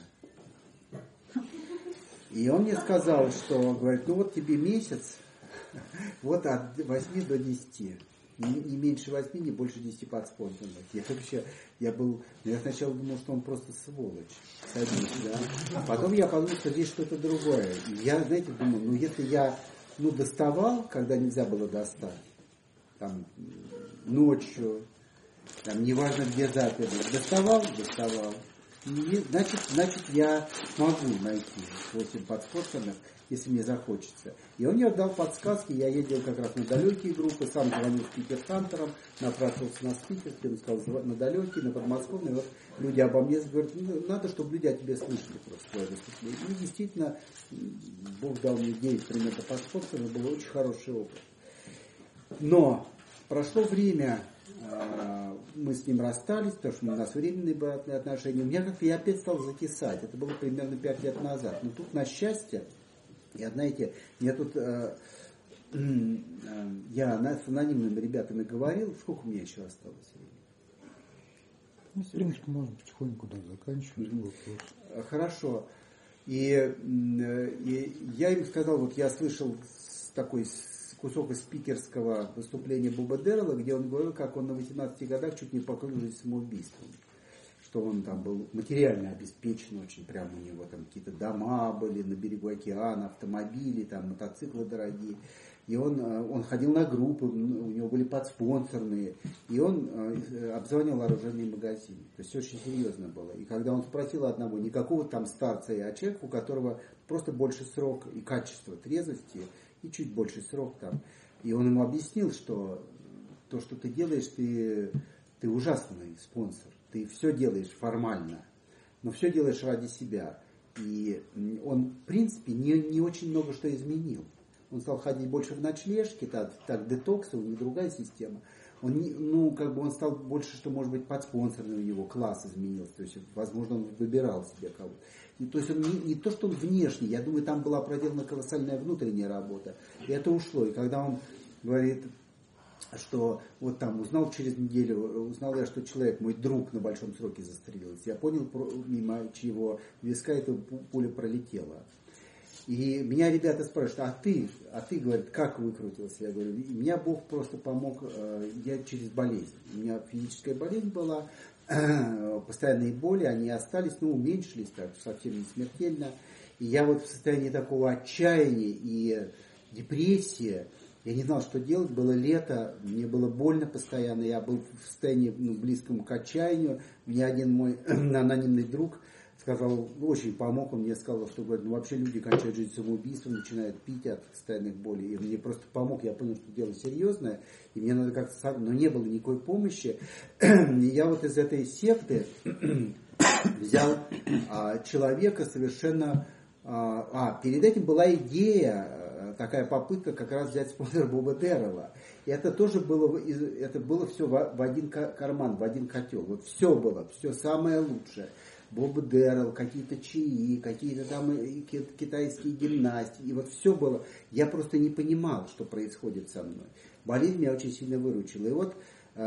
[SPEAKER 2] И он мне сказал, что, говорит, ну вот тебе месяц, вот от восьми до десяти. Не, не меньше восьми, не больше десяти подспонсоров. Я вообще, я был, я сначала думал, что он просто сволочь. Садись, да? Потом я подумал, что здесь что-то другое. И я, знаете, думал, ну если я, ну, доставал, когда нельзя было достать, там, ночью, там, неважно где заперли, доставал, доставал, и, значит, значит, я смогу найти восемь подспонсоров, если мне захочется. И он мне дал подсказки, я ездил как раз на далекие группы, сам звонил спикер-хантерам, напрашивался на спикерство, он сказал, на далекие, на подмосковные, вот люди обо мне говорят, ну, надо, чтобы люди о тебе слышали просто свое выступление. И действительно, Бог дал мне девять примерно подспонсоров, был очень хороший опыт. Но прошло время, мы с ним расстались, потому что у нас временные были отношения. У меня как-то я опять стал закисать. Это было примерно пять лет назад. Но тут, на счастье, я, знаете, я тут, э, э, я с анонимными ребятами говорил, сколько у меня еще осталось времени?
[SPEAKER 1] Ну, в принципе, можно потихоньку да, заканчивать.
[SPEAKER 2] Mm-hmm. Хорошо. И, и я им сказал, вот я слышал такой кусок из спикерского выступления Боба Деррелла, где он говорил, как он на восемнадцати годах чуть не покончил жизнь самоубийством. Что он там был материально обеспечен очень, прямо у него там какие-то дома были на берегу океана, автомобили, там мотоциклы дорогие. И он, он ходил на группы, у него были подспонсорные, и он обзванивал оружейные магазины. То есть очень серьезно было. И когда он спросил одного, не какого там старца, а человека, у которого просто больше срок и качество трезвости, и чуть больше срок там. И он ему объяснил, что то, что ты делаешь, ты, ты ужасный спонсор. Ты все делаешь формально, но все делаешь ради себя. И он, в принципе, не, не очень много что изменил. Он стал ходить больше в ночлежки, так, так детоксы, у него другая система. Он, не, ну, как бы он стал больше, что, может быть, подспонсорный у него класс изменился. То есть, возможно, он выбирал себе кого-то. И, то есть, он не, не то, что он внешний. Я думаю, там была проделана колоссальная внутренняя работа. И это ушло. И когда он говорит, что вот там узнал через неделю, узнал я, что человек, мой друг, на большом сроке застрелился. Я понял, мимо чьего виска эта пуля пролетела. И меня ребята спрашивают, а ты, а ты, говорит, как выкрутился? Я говорю, меня Бог просто помог, я через болезнь. У меня физическая болезнь была, постоянные боли, они остались, ну, уменьшились, так, совсем не смертельно. И я вот в состоянии такого отчаяния и депрессии, я не знал, что делать, было лето, мне было больно постоянно, я был в состоянии, ну, близком к отчаянию. Мне один мой анонимный друг сказал, очень помог, он мне сказал, что говорит, ну вообще люди кончают жизнь самоубийством, начинают пить от постоянных болей. И мне просто помог, я понял, что дело серьезное, и мне надо как-то сам, но не было никакой помощи. И я вот из этой секты взял а, человека совершенно... А, а, перед этим была идея, такая попытка как раз взять спонсора Боба Дэррелла. И это тоже было, это было все в один карман, в один котел. Вот все было, все самое лучшее. Боб Дэррелл, какие-то чаи, какие-то там китайские гимнастики. И вот все было. Я просто не понимал, что происходит со мной. Болезнь меня очень сильно выручила. И вот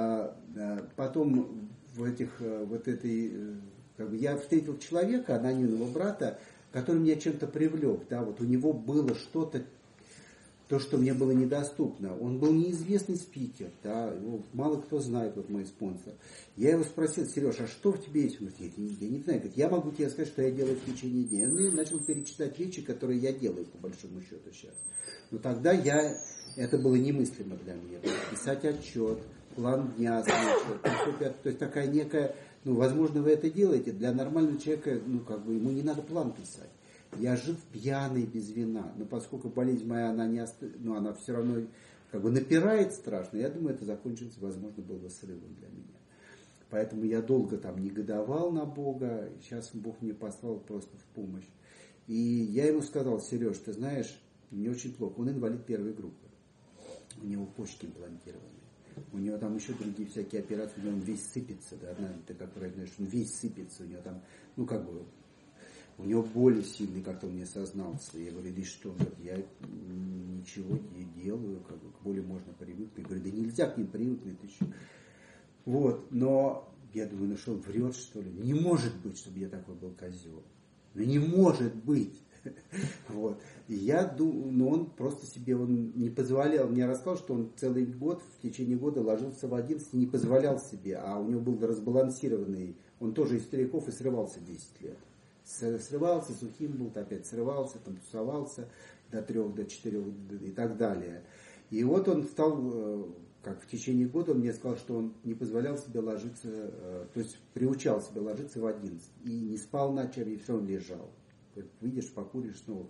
[SPEAKER 2] потом в этих, вот этой, как бы я встретил человека, анонимного брата, который меня чем-то привлек. Да, вот у него было что-то, то, что мне было недоступно. Он был неизвестный спикер, да, его мало кто знает, вот мой спонсор. Я его спросил: Сереж, а что в тебе есть? Он говорит, я, я не знаю. Говорит, я могу тебе сказать, что я делаю в течение дня. Он начал перечитать вещи, которые я делаю, по большому счету, сейчас. Но тогда я, это было немыслимо для меня. Писать отчет, план дня, значит, то есть такая некая, ну, возможно, вы это делаете. Для нормального человека, ну, как бы, ему не надо план писать. Я жив пьяный, без вина. Но поскольку болезнь моя, она не ост... ну, она все равно как бы напирает страшно, я думаю, это закончится, возможно, было бы срывом для меня. Поэтому я долго там негодовал на Бога. И сейчас Бог мне послал просто в помощь. И я ему сказал: Сереж, ты знаешь, мне очень плохо. Он инвалид первой группы. У него почки имплантированы. У него там еще другие всякие операции, у него он весь сыпется. Да? Ты как правильно знаешь, он весь сыпется. У него там, ну как бы... У него боли сильные, как-то он мне сознался. Я говорю, да что? Я ничего не делаю, как бы, к боли можно привыкнуть. Я говорю, да нельзя к ним привыкнуть. Ты что? Вот, но я думаю, ну что, он врет, что ли? Не может быть, чтобы я такой был козел. Ну не может быть. Вот. И я думаю, но он просто себе, он не позволял, мне рассказал, что он целый год, в течение года ложился в одиннадцать и не позволял себе, а у него был разбалансированный, он тоже из стариков и срывался десять лет. Срывался, сухим был, опять срывался, там тусовался до трех, до четырех и так далее. И вот он стал, как в течение года, он мне сказал, что он не позволял себе ложиться, то есть приучал себя ложиться в одиннадцать. И не спал ночами, и все, он лежал. Выйдешь, покуришь снова.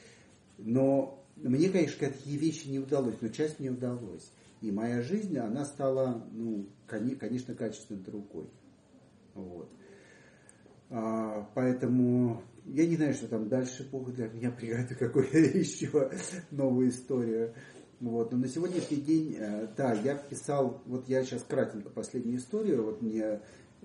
[SPEAKER 2] Но мне, конечно, такие вещи не удалось, но часть мне удалось. И моя жизнь, она стала, ну, конечно, качественно другой. Вот. А, поэтому я не знаю, что там дальше Бог для меня приготовит какую-то еще новую историю. Вот. Но на сегодняшний день, да, я писал, вот я сейчас кратенько последнюю историю, вот мне,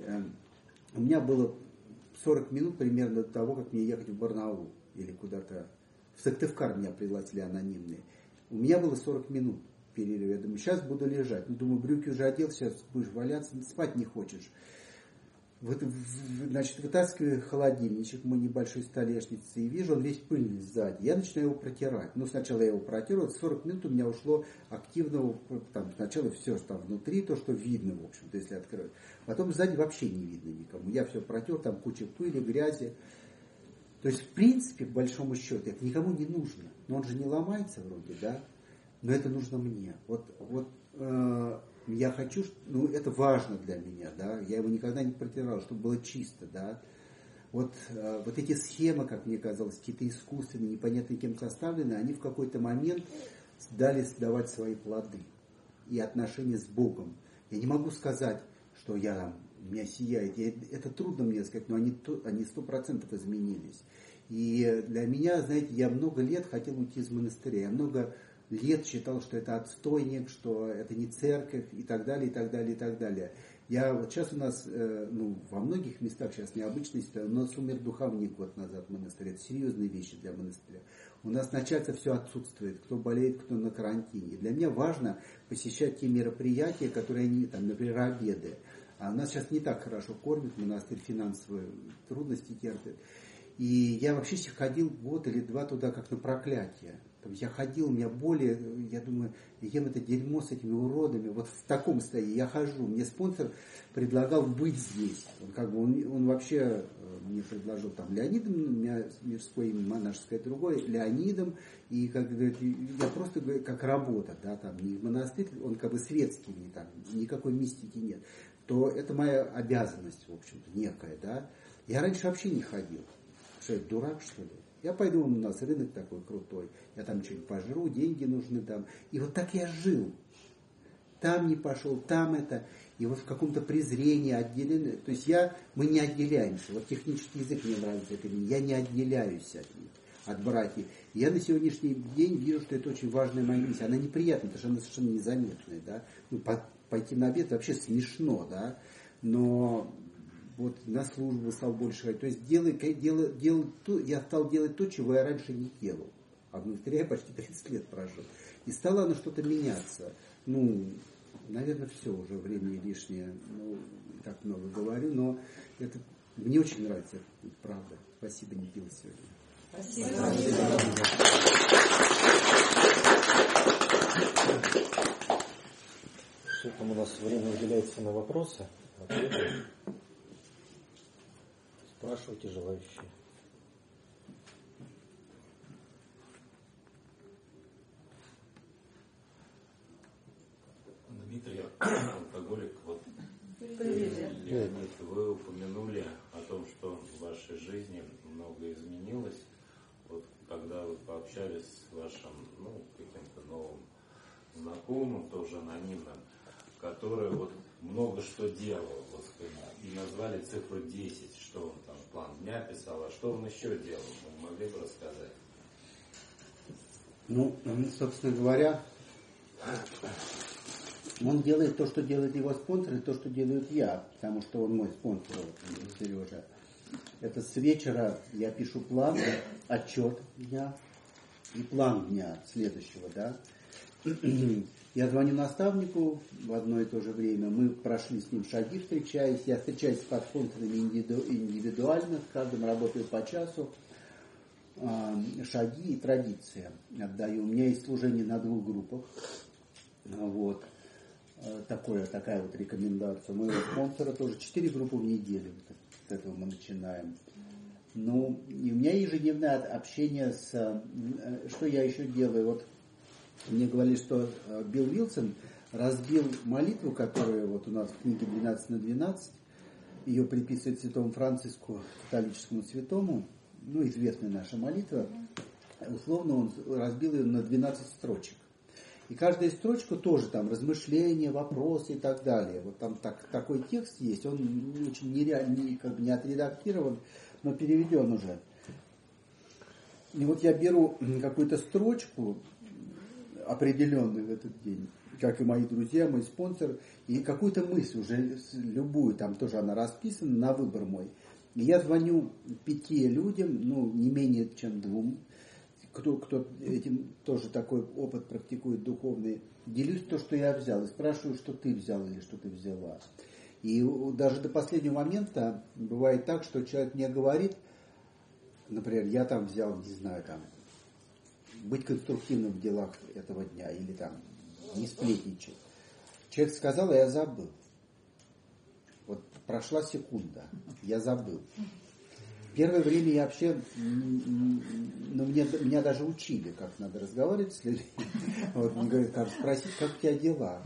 [SPEAKER 2] у меня было сорок минут примерно до того, как мне ехать в Барнаул или куда-то, в Сыктывкар меня пригласили анонимные. У меня было сорок минут перерыв. Я думаю, сейчас буду лежать. Ну, думаю, брюки уже одел, сейчас будешь валяться, спать не хочешь. Вот, значит, вытаскиваю холодильничек, мой небольшой столешницы, и вижу, он весь пыльный сзади. Я начинаю его протирать. Ну, сначала я его протираю, сорок минут у меня ушло активного, там, сначала все, что там внутри, то, что видно, в общем-то, если открыть. Потом сзади вообще не видно никому. Я все протер, там куча пыли, грязи. То есть, в принципе, по большому счету, это никому не нужно. Но он же не ломается вроде, да? Но это нужно мне. Вот, вот э, я хочу, ну, это важно для меня, да? Я его никогда не протирал, чтобы было чисто, да? Вот, э, вот эти схемы, как мне казалось, какие-то искусственные, непонятно кем составленные, они в какой-то момент дали давать свои плоды. И отношения с Богом. Я не могу сказать, что я там, у меня сияет. Я, это трудно мне сказать, но они, они сто процентов изменились. И для меня, знаете, я много лет хотел уйти из монастыря. Я много лет считал, что это отстойник, что это не церковь и так далее, и так далее, и так далее. Я, вот сейчас у нас, э, ну, во многих местах сейчас необычная ситуация. У нас умер духовник год назад в монастыре. Это серьезные вещи для монастыря. У нас начальство все отсутствует. Кто болеет, кто на карантине. Для меня важно посещать те мероприятия, которые они, там, например, обеды. А у нас сейчас не так хорошо кормят, монастырь финансовые трудности терпит. И я вообще ходил год или два туда как на проклятие. Там я ходил, у меня боли, я думаю, ем это дерьмо с этими уродами. Вот в таком состоянии я хожу. Мне спонсор предлагал быть здесь. Он, как бы, он, он вообще мне предложил там Леонидом, у меня мирское имя, монашеское другое, Леонидом. И как говорит, я просто как работа, да, там не монастырь, он как бы светский, не, там, никакой мистики нет. То это моя обязанность, в общем-то, некая, да. Я раньше вообще не ходил. Что я, дурак, что ли? Я пойду, у нас рынок такой крутой, я там что-нибудь пожру, деньги нужны там. И вот так я жил. Там не пошел, там это. И вот в каком-то презрении, отделении. То есть я, мы не отделяемся. Вот технический язык мне нравится. Это, я не отделяюсь от них, от братьев. Я на сегодняшний день вижу, что это очень важная моя миссия. Она неприятная, потому что она совершенно незаметная. Да? Ну, по, пойти на обед вообще смешно, да. Но вот на службу стал больше ходить. То есть делай, делай, делай то, я стал делать то, чего я раньше не делал. А внутри я почти тридцать лет прожил. И стало оно что-то меняться. Ну, наверное, все уже, времени лишнее. Ну, так много говорю, но это мне очень нравится, это правда. Спасибо, Никита, сегодня.
[SPEAKER 3] Спасибо.
[SPEAKER 4] Все, там у нас время уделяется на вопросы, ответы. Спрашивайте, желающие.
[SPEAKER 5] Дмитрий, алкоголик, вот Леонид, вы упомянули о том, что в вашей жизни много изменилось. Вот когда вы пообщались с вашим, ну, каким-то новым знакомым, тоже анонимным, который вот много что делал, вот, и назвали цифру десять, что он там план дня писал, а что он еще делал, вы могли бы рассказать?
[SPEAKER 2] Ну, собственно говоря, он делает то, что делает его спонсор, и то, что делаю я, потому что он мой спонсор, Сережа. Это с вечера я пишу план, отчет дня и план дня следующего, да. Я звоню наставнику в одно и то же время, мы прошли с ним шаги, встречаясь, я встречаюсь с подспонсорами индивидуально, с каждым работаю по часу, шаги и традиции отдаю. У меня есть служение на двух группах, вот, такое, такая вот рекомендация. Моего спонсора тоже четыре группы в неделю, с этого мы начинаем. Ну, и у меня ежедневное общение с, что я еще делаю, вот, мне говорили, что Билл Вилсон разбил молитву, которая вот у нас в книге двенадцать на двенадцать, ее приписывает святому Франциску, католическому святому, ну, известная наша молитва, условно он разбил ее на двенадцать строчек. И каждая строчка тоже там размышления, вопросы и так далее. Вот там так, такой текст есть, он очень нереально, не, как бы не отредактирован, но переведен уже. И вот я беру какую-то строчку, определенную в этот день, как и мои друзья, мой спонсор, и какую-то мысль уже, любую, там тоже она расписана, на выбор мой. И я звоню пяти людям, ну, не менее чем двум, кто, кто этим тоже такой опыт практикует духовный, делюсь то, что я взял, и спрашиваю, что ты взял или что ты взяла. И даже до последнего момента бывает так, что человек мне говорит, например, я там взял, не знаю, там, быть конструктивным в делах этого дня, или там не сплетничать. Человек сказал, а я забыл. Вот прошла секунда, я забыл. Первое время я вообще, ну, мне, меня даже учили, как надо разговаривать с людьми. Вот, мне говорят, как спросить, как у тебя дела.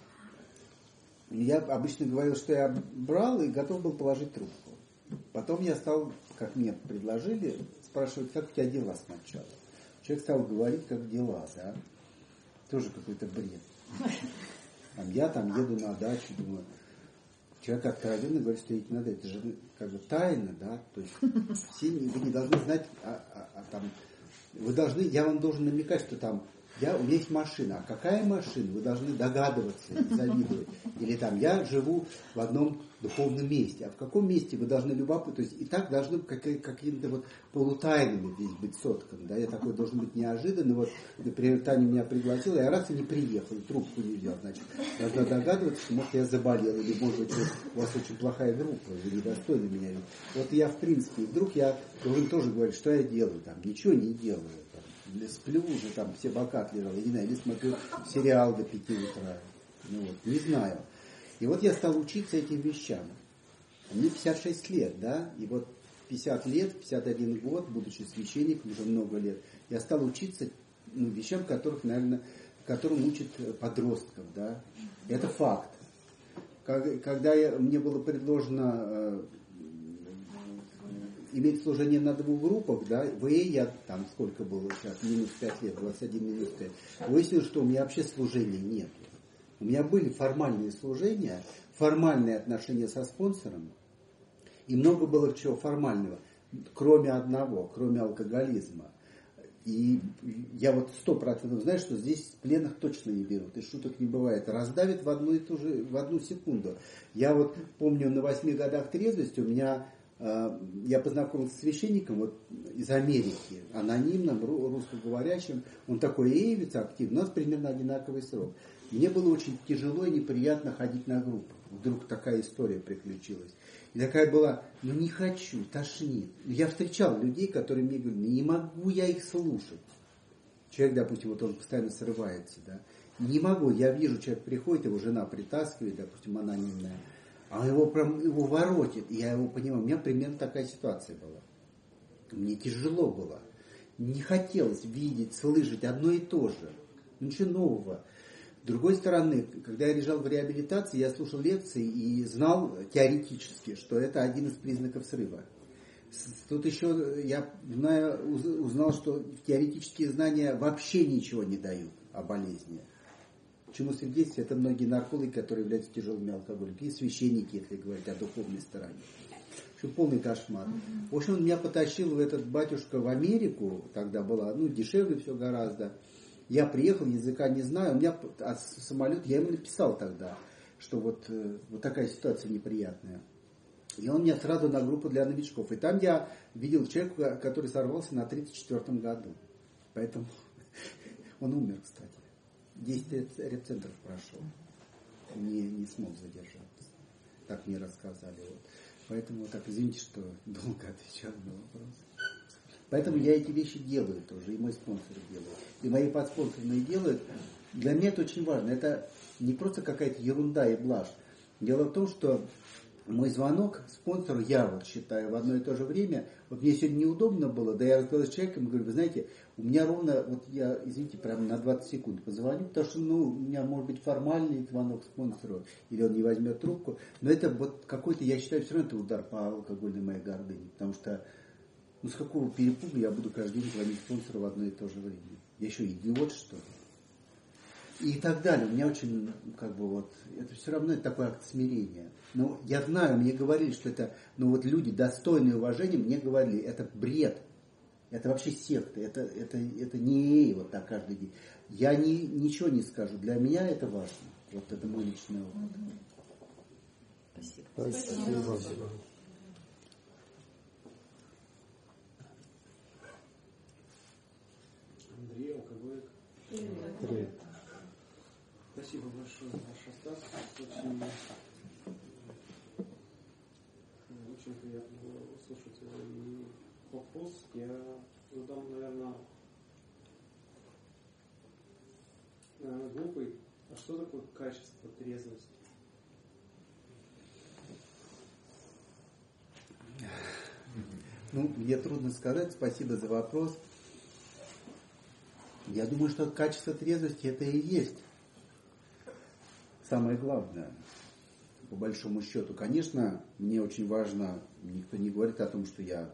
[SPEAKER 2] Я обычно говорил, что я брал и готов был положить трубку. Потом я стал, как мне предложили, спрашивать, как у тебя дела сначала. Человек стал говорить, как дела, да. Тоже какой-то бред. Там, я там еду на дачу, думаю, человек откровенно говорит, что едете на дачу. Это же как бы тайна, да. То есть все, вы не должны знать, а, а, а там, вы должны, я вам должен намекать, что там, я, у меня есть машина. А какая машина? Вы должны догадываться, завидовать. Или там, я живу в одном духовном месте. А в каком месте вы должны любопытно? То есть и так должны каким-то вот полутайнами здесь быть соткан. Да? Я такой должен быть неожиданный. Вот, например, Таня меня пригласила, я раз и не приехал, трубку не взял. Значит, должна догадываться, что, может, я заболел. Или, может быть, у вас очень плохая группа, вы недостойны меня. Вот я, в принципе, вдруг я должен тоже говорить, что я делаю там. Ничего не делаю. Сплю уже, там все бока отлежал, я не знаю, или смотрю сериал до пяти утра, ну вот, не знаю. И вот я стал учиться этим вещам. Мне пятьдесят шесть лет, да, и вот пятьдесят лет, пятьдесят один год, будучи священником уже много лет, я стал учиться, ну, вещам, которых, наверное, которым учат подростков, да. Это факт. Когда я, мне было предложено иметь служение на двух группах, да, в ИЭ я там сколько было сейчас, минус пять лет, двадцать один минус пять, выяснилось, что у меня вообще служения нет. У меня были формальные служения, формальные отношения со спонсором, и много было чего формального, кроме одного, кроме алкоголизма. И я вот сто процентов знаю, что здесь пленных точно не берут, и шуток не бывает. Раздавит в одну и ту же, в одну секунду. Я вот помню, на восьми годах трезвости у меня, э, я познакомился с священником вот, из Америки, анонимным, русскоговорящим. Он такой эйвец, активный, у нас примерно одинаковый срок. Мне было очень тяжело и неприятно ходить на группу. Вдруг такая история приключилась. И такая была, ну не хочу, тошнит. Я встречал людей, которые мне говорили, не могу я их слушать. Человек, допустим, вот он постоянно срывается, да. Не могу, я вижу, человек приходит, его жена притаскивает, допустим, анонимная, а его прям его воротит, и я его понимаю. У меня примерно такая ситуация была. Мне тяжело было. Не хотелось видеть, слышать одно и то же. Ничего нового. С другой стороны, когда я лежал в реабилитации, я слушал лекции и знал теоретически, что это один из признаков срыва. Тут еще я знаю, узнал, что теоретические знания вообще ничего не дают о болезни. Чему свидетельствует, это многие наркологи, которые являются тяжелыми алкоголиками, и священники, если говорить о духовной стороне. Что полный кошмар. В общем, он меня потащил в этот батюшка в Америку, тогда была, ну, дешевле все гораздо. Я приехал, языка не знаю, у меня от самолета, я ему написал тогда, что вот, вот такая ситуация неприятная. И он меня сразу на группу для новичков. И там я видел человека, который сорвался на тридцать четвёртом году. Поэтому он умер, кстати. десять репцентров прошел. Не, не смог задержаться. Так мне рассказали. Вот. Поэтому так, извините, что долго отвечал на вопрос. Поэтому я эти вещи делаю тоже, и мой спонсор делает, и мои подспонсорные делают. Для меня это очень важно. Это не просто какая-то ерунда и блажь. Дело в том, что мой звонок спонсору, я вот считаю, в одно и то же время, вот мне сегодня неудобно было, да я разговаривал с человеком и говорю, вы знаете, у меня ровно, вот я, извините, прямо на двадцать секунд позвоню, потому что, ну, у меня может быть формальный звонок спонсору, или он не возьмет трубку, но это вот какой-то, я считаю, все равно это удар по алкогольной моей гордыне, потому что ну с какого перепуга я буду каждый день звонить спонсору в одно и то же время? Я еще идиот, что ли? И так далее. У меня очень, как бы вот, это все равно это такой акт смирения. Но я знаю, мне говорили, что это, ну вот люди, достойные уважения, мне говорили, это бред. Это вообще секта. Это, это, это не вот так каждый день. Я ни, ничего не скажу. Для меня это важно. Вот это мой личный опыт.
[SPEAKER 3] Спасибо.
[SPEAKER 4] Спасибо.
[SPEAKER 3] Спасибо.
[SPEAKER 6] Андрей, алкоголик.
[SPEAKER 3] Привет.
[SPEAKER 4] Привет.
[SPEAKER 6] Спасибо большое за ваш рассказ. Очень, очень приятно было услышать. И вопрос я задам, наверное, наверное, глупый. А что такое качество трезвости?
[SPEAKER 2] Ну, мне трудно сказать. Спасибо за вопрос. Я думаю, что качество трезвости это и есть самое главное, по большому счету. Конечно, мне очень важно, никто не говорит о том, что я,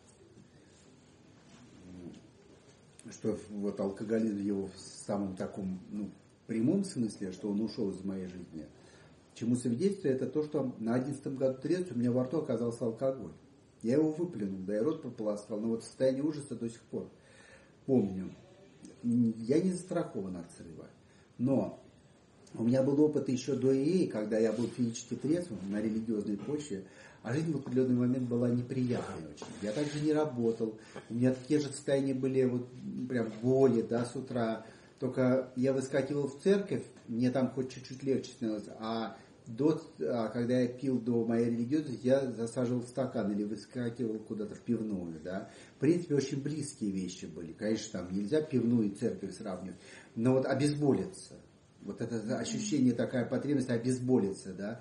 [SPEAKER 2] что вот алкоголизм его в самом таком, ну, прямом смысле, что он ушел из моей жизни. Чему свидетельствует это то, что на одиннадцатом году трезвости у меня во рту оказался алкоголь. Я его выплюнул, да и рот прополоскал, но вот состояние ужаса до сих пор помню. Я не застрахован от срыва. Но у меня был опыт еще до ИЭ, когда я был физически трезвым на религиозной почве, а жизнь в определенный момент была неприятной очень. Я также не работал. У меня те же состояния были вот прям боли, да, с утра. Только я выскакивал в церковь, мне там хоть чуть-чуть легче становилось, а до, а когда я пил до моей религиозности, я засаживал в стакан или выскакивал куда-то в пивную, да. В принципе, очень близкие вещи были. Конечно, там нельзя пивную и церковь сравнивать, но вот обезболиться. Вот это ощущение, такая потребность обезболиться, да.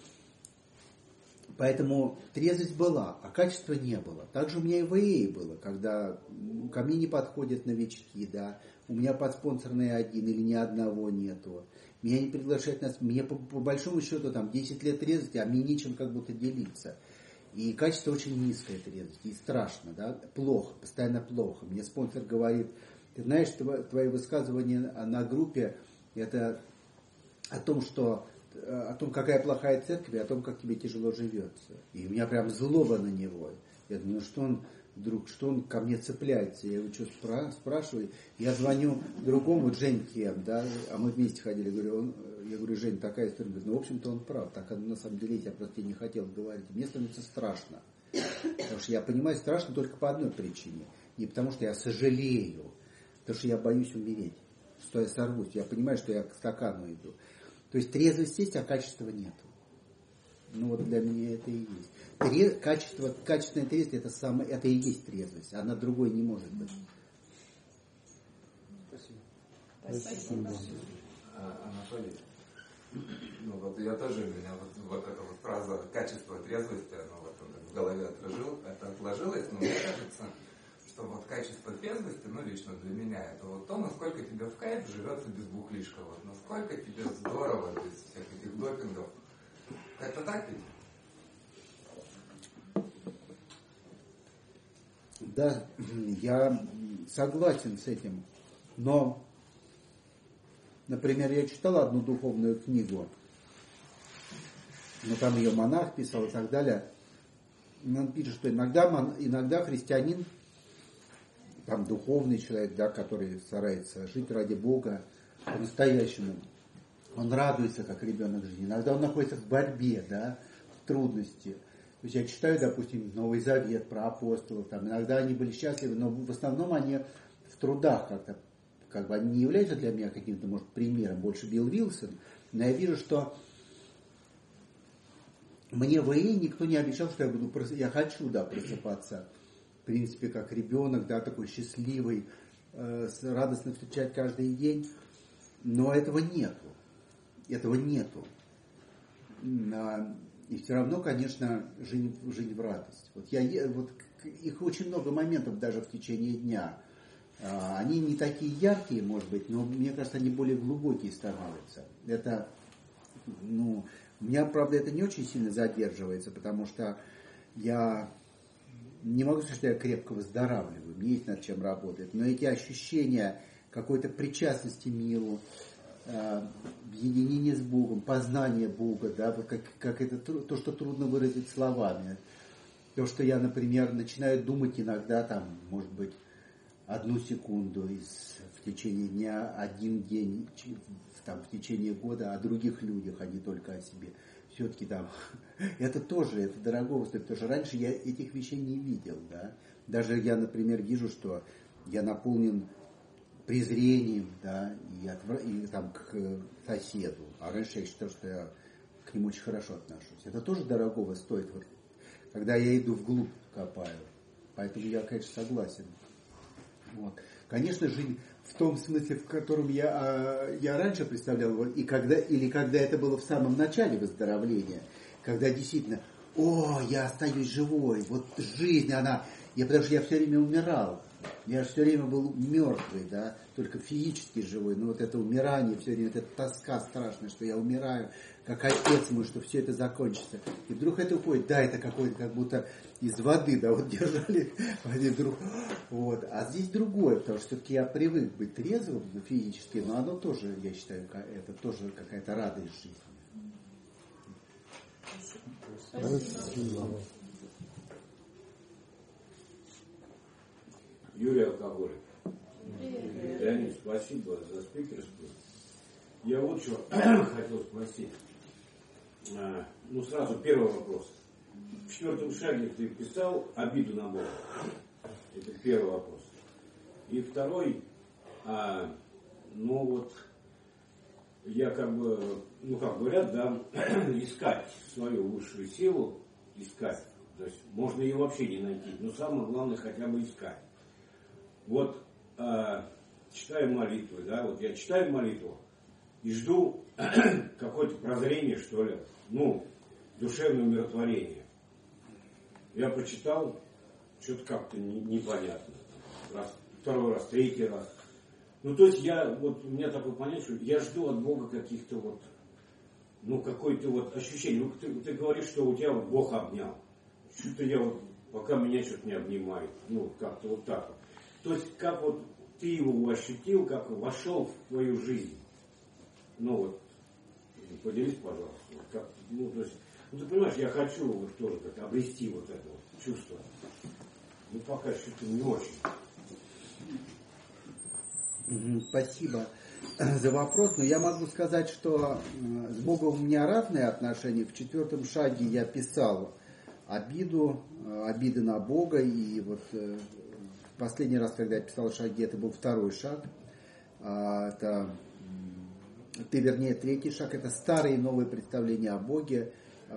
[SPEAKER 2] Поэтому трезвость была, а качества не было. Также у меня и в ИЭ было, когда ко мне не подходят новички, да. У меня подспонсорный один или ни одного нету. Меня не приглашают нас, мне по, по большому счету там десять лет трезвости, а мне нечем как будто делиться. И качество очень низкое трезвости, и страшно, да, плохо, постоянно плохо. Мне спонсор говорит, ты знаешь, твои высказывания на группе, это о том, что, о том, какая плохая церковь, и о том, как тебе тяжело живется. И у меня прям злоба на него. Я думаю, что он вдруг, что он ко мне цепляется. Я его что спра- спрашиваю. Я звоню другому, Женьке, да, а мы вместе ходили. Говорю, он, я говорю, Жень, такая история. Говорит, ну, в общем-то, он прав. Так, на самом деле, я просто не хотел говорить. Мне становится страшно. Потому что я понимаю, страшно только по одной причине. Не потому, что я сожалею. Потому что я боюсь умереть. Что я сорвусь. Я понимаю, что я к стакану иду. То есть трезвость есть, а качества нету. Ну вот для меня это и есть. Трез... Качество, качественная трезвость это, самое, это и есть трезвость. Она другой не может быть.
[SPEAKER 6] Спасибо.
[SPEAKER 3] Спасибо.
[SPEAKER 7] А, Анатолий, ну вот я тоже, у меня вот, вот эта вот фраза «качество трезвости», она вот в голове отложил, это отложилось, но мне кажется, что вот качество трезвости, ну лично для меня, это вот то, насколько тебе в кайф живется без бухлишка, вот насколько тебе здорово без всех этих допингов. Это так ведь?
[SPEAKER 2] Да, я согласен с этим. Но, например, я читал одну духовную книгу, но там ее монах писал и так далее. Он пишет, что иногда, иногда христианин, там духовный человек, да, который старается жить ради Бога по-настоящему, он радуется, как ребенок жизни. Иногда он находится в борьбе, да, в трудности. То есть я читаю, допустим, Новый Завет про апостолов, там, иногда они были счастливы, но в основном они в трудах как-то, как бы они не являются для меня каким-то, может, примером, больше Билл Вилсон, но я вижу, что мне в ИИ никто не обещал, что я буду, я хочу, да, просыпаться, в принципе, как ребенок, да, такой счастливый, э, радостно встречать каждый день, но этого нету. Этого нету. И все равно, конечно, жить, жить в радость. Вот я, вот, их очень много моментов даже в течение дня. Они не такие яркие, может быть, но мне кажется, они более глубокие становятся. Это, ну, у меня, правда, это не очень сильно задерживается, потому что я не могу сказать, что я крепко выздоравливаю, мне есть над чем работать, но эти ощущения какой-то причастности миру, в единении с Богом, познание Бога, да, вот как, как это то, что трудно выразить словами. То, что я, например, начинаю думать иногда, там, может быть, одну секунду из, в течение дня, один день, там, в течение года о других людях, а не только о себе. Все-таки там, это тоже, это дорого стоит, потому что раньше я этих вещей не видел, да. Даже я, например, вижу, что я наполнен презрением, да, и, отвра... и там к соседу. А раньше я считал, что я к нему очень хорошо отношусь. Это тоже дорогого стоит, вот, когда я иду вглубь копаю. Поэтому я, конечно, согласен. Вот. Конечно, жизнь в том смысле, в котором я, я раньше представлял, и когда, или когда это было в самом начале выздоровления, когда действительно, о, я остаюсь живой, вот жизнь, она, я, потому что я все время умирал. Я все время был мертвый, да, только физически живой, но вот это умирание, все время, вот эта тоска страшная, что я умираю, как отец мой, что все это закончится. И вдруг это уходит, да, это какое-то как будто из воды, да, вот держали, они вдруг, вот. А здесь другое, потому что все-таки я привык быть трезвым физически, но оно тоже, я считаю, это тоже какая-то радость жизни.
[SPEAKER 3] Спасибо.
[SPEAKER 8] Юрий Алкоголик.
[SPEAKER 3] Привет.
[SPEAKER 8] Леонид, спасибо за спикерство. Я вот что хотел спросить. А, ну, сразу первый вопрос. В четвертом шаге ты писал обиду на Бога. Это первый вопрос. И второй, а, ну вот, я как бы, ну как говорят, да, искать свою высшую силу, искать. То есть можно ее вообще не найти, но самое главное хотя бы искать. Вот э, читаю молитву, да, вот я читаю молитву и жду какое-то прозрение, что ли, ну, душевное умиротворение. Я прочитал, что-то как-то не, непонятно. Раз, второй раз, третий раз. Ну, то есть я, вот у меня такое понятие, что я жду от Бога каких-то вот, ну, какое-то вот ощущение. Ну, ты, ты говоришь, что у тебя вот Бог обнял. что-то я вот, пока меня что-то не обнимает. Ну, как-то вот так вот. То есть, как вот ты его ощутил, как вошел в твою жизнь. Ну вот, поделись, пожалуйста. Вот как, ну, то есть, ну, ты понимаешь, я хочу вот тоже как обрести вот это вот чувство. Ну, пока что-то не очень.
[SPEAKER 2] Спасибо за вопрос. Но я могу сказать, что с Богом у меня разные отношения. В четвертом шаге я писал обиду, обиды на Бога. И вот последний раз, когда я писал шаги, это был второй шаг. Это, ты, вернее, третий шаг. Это старые и новые представления о Боге.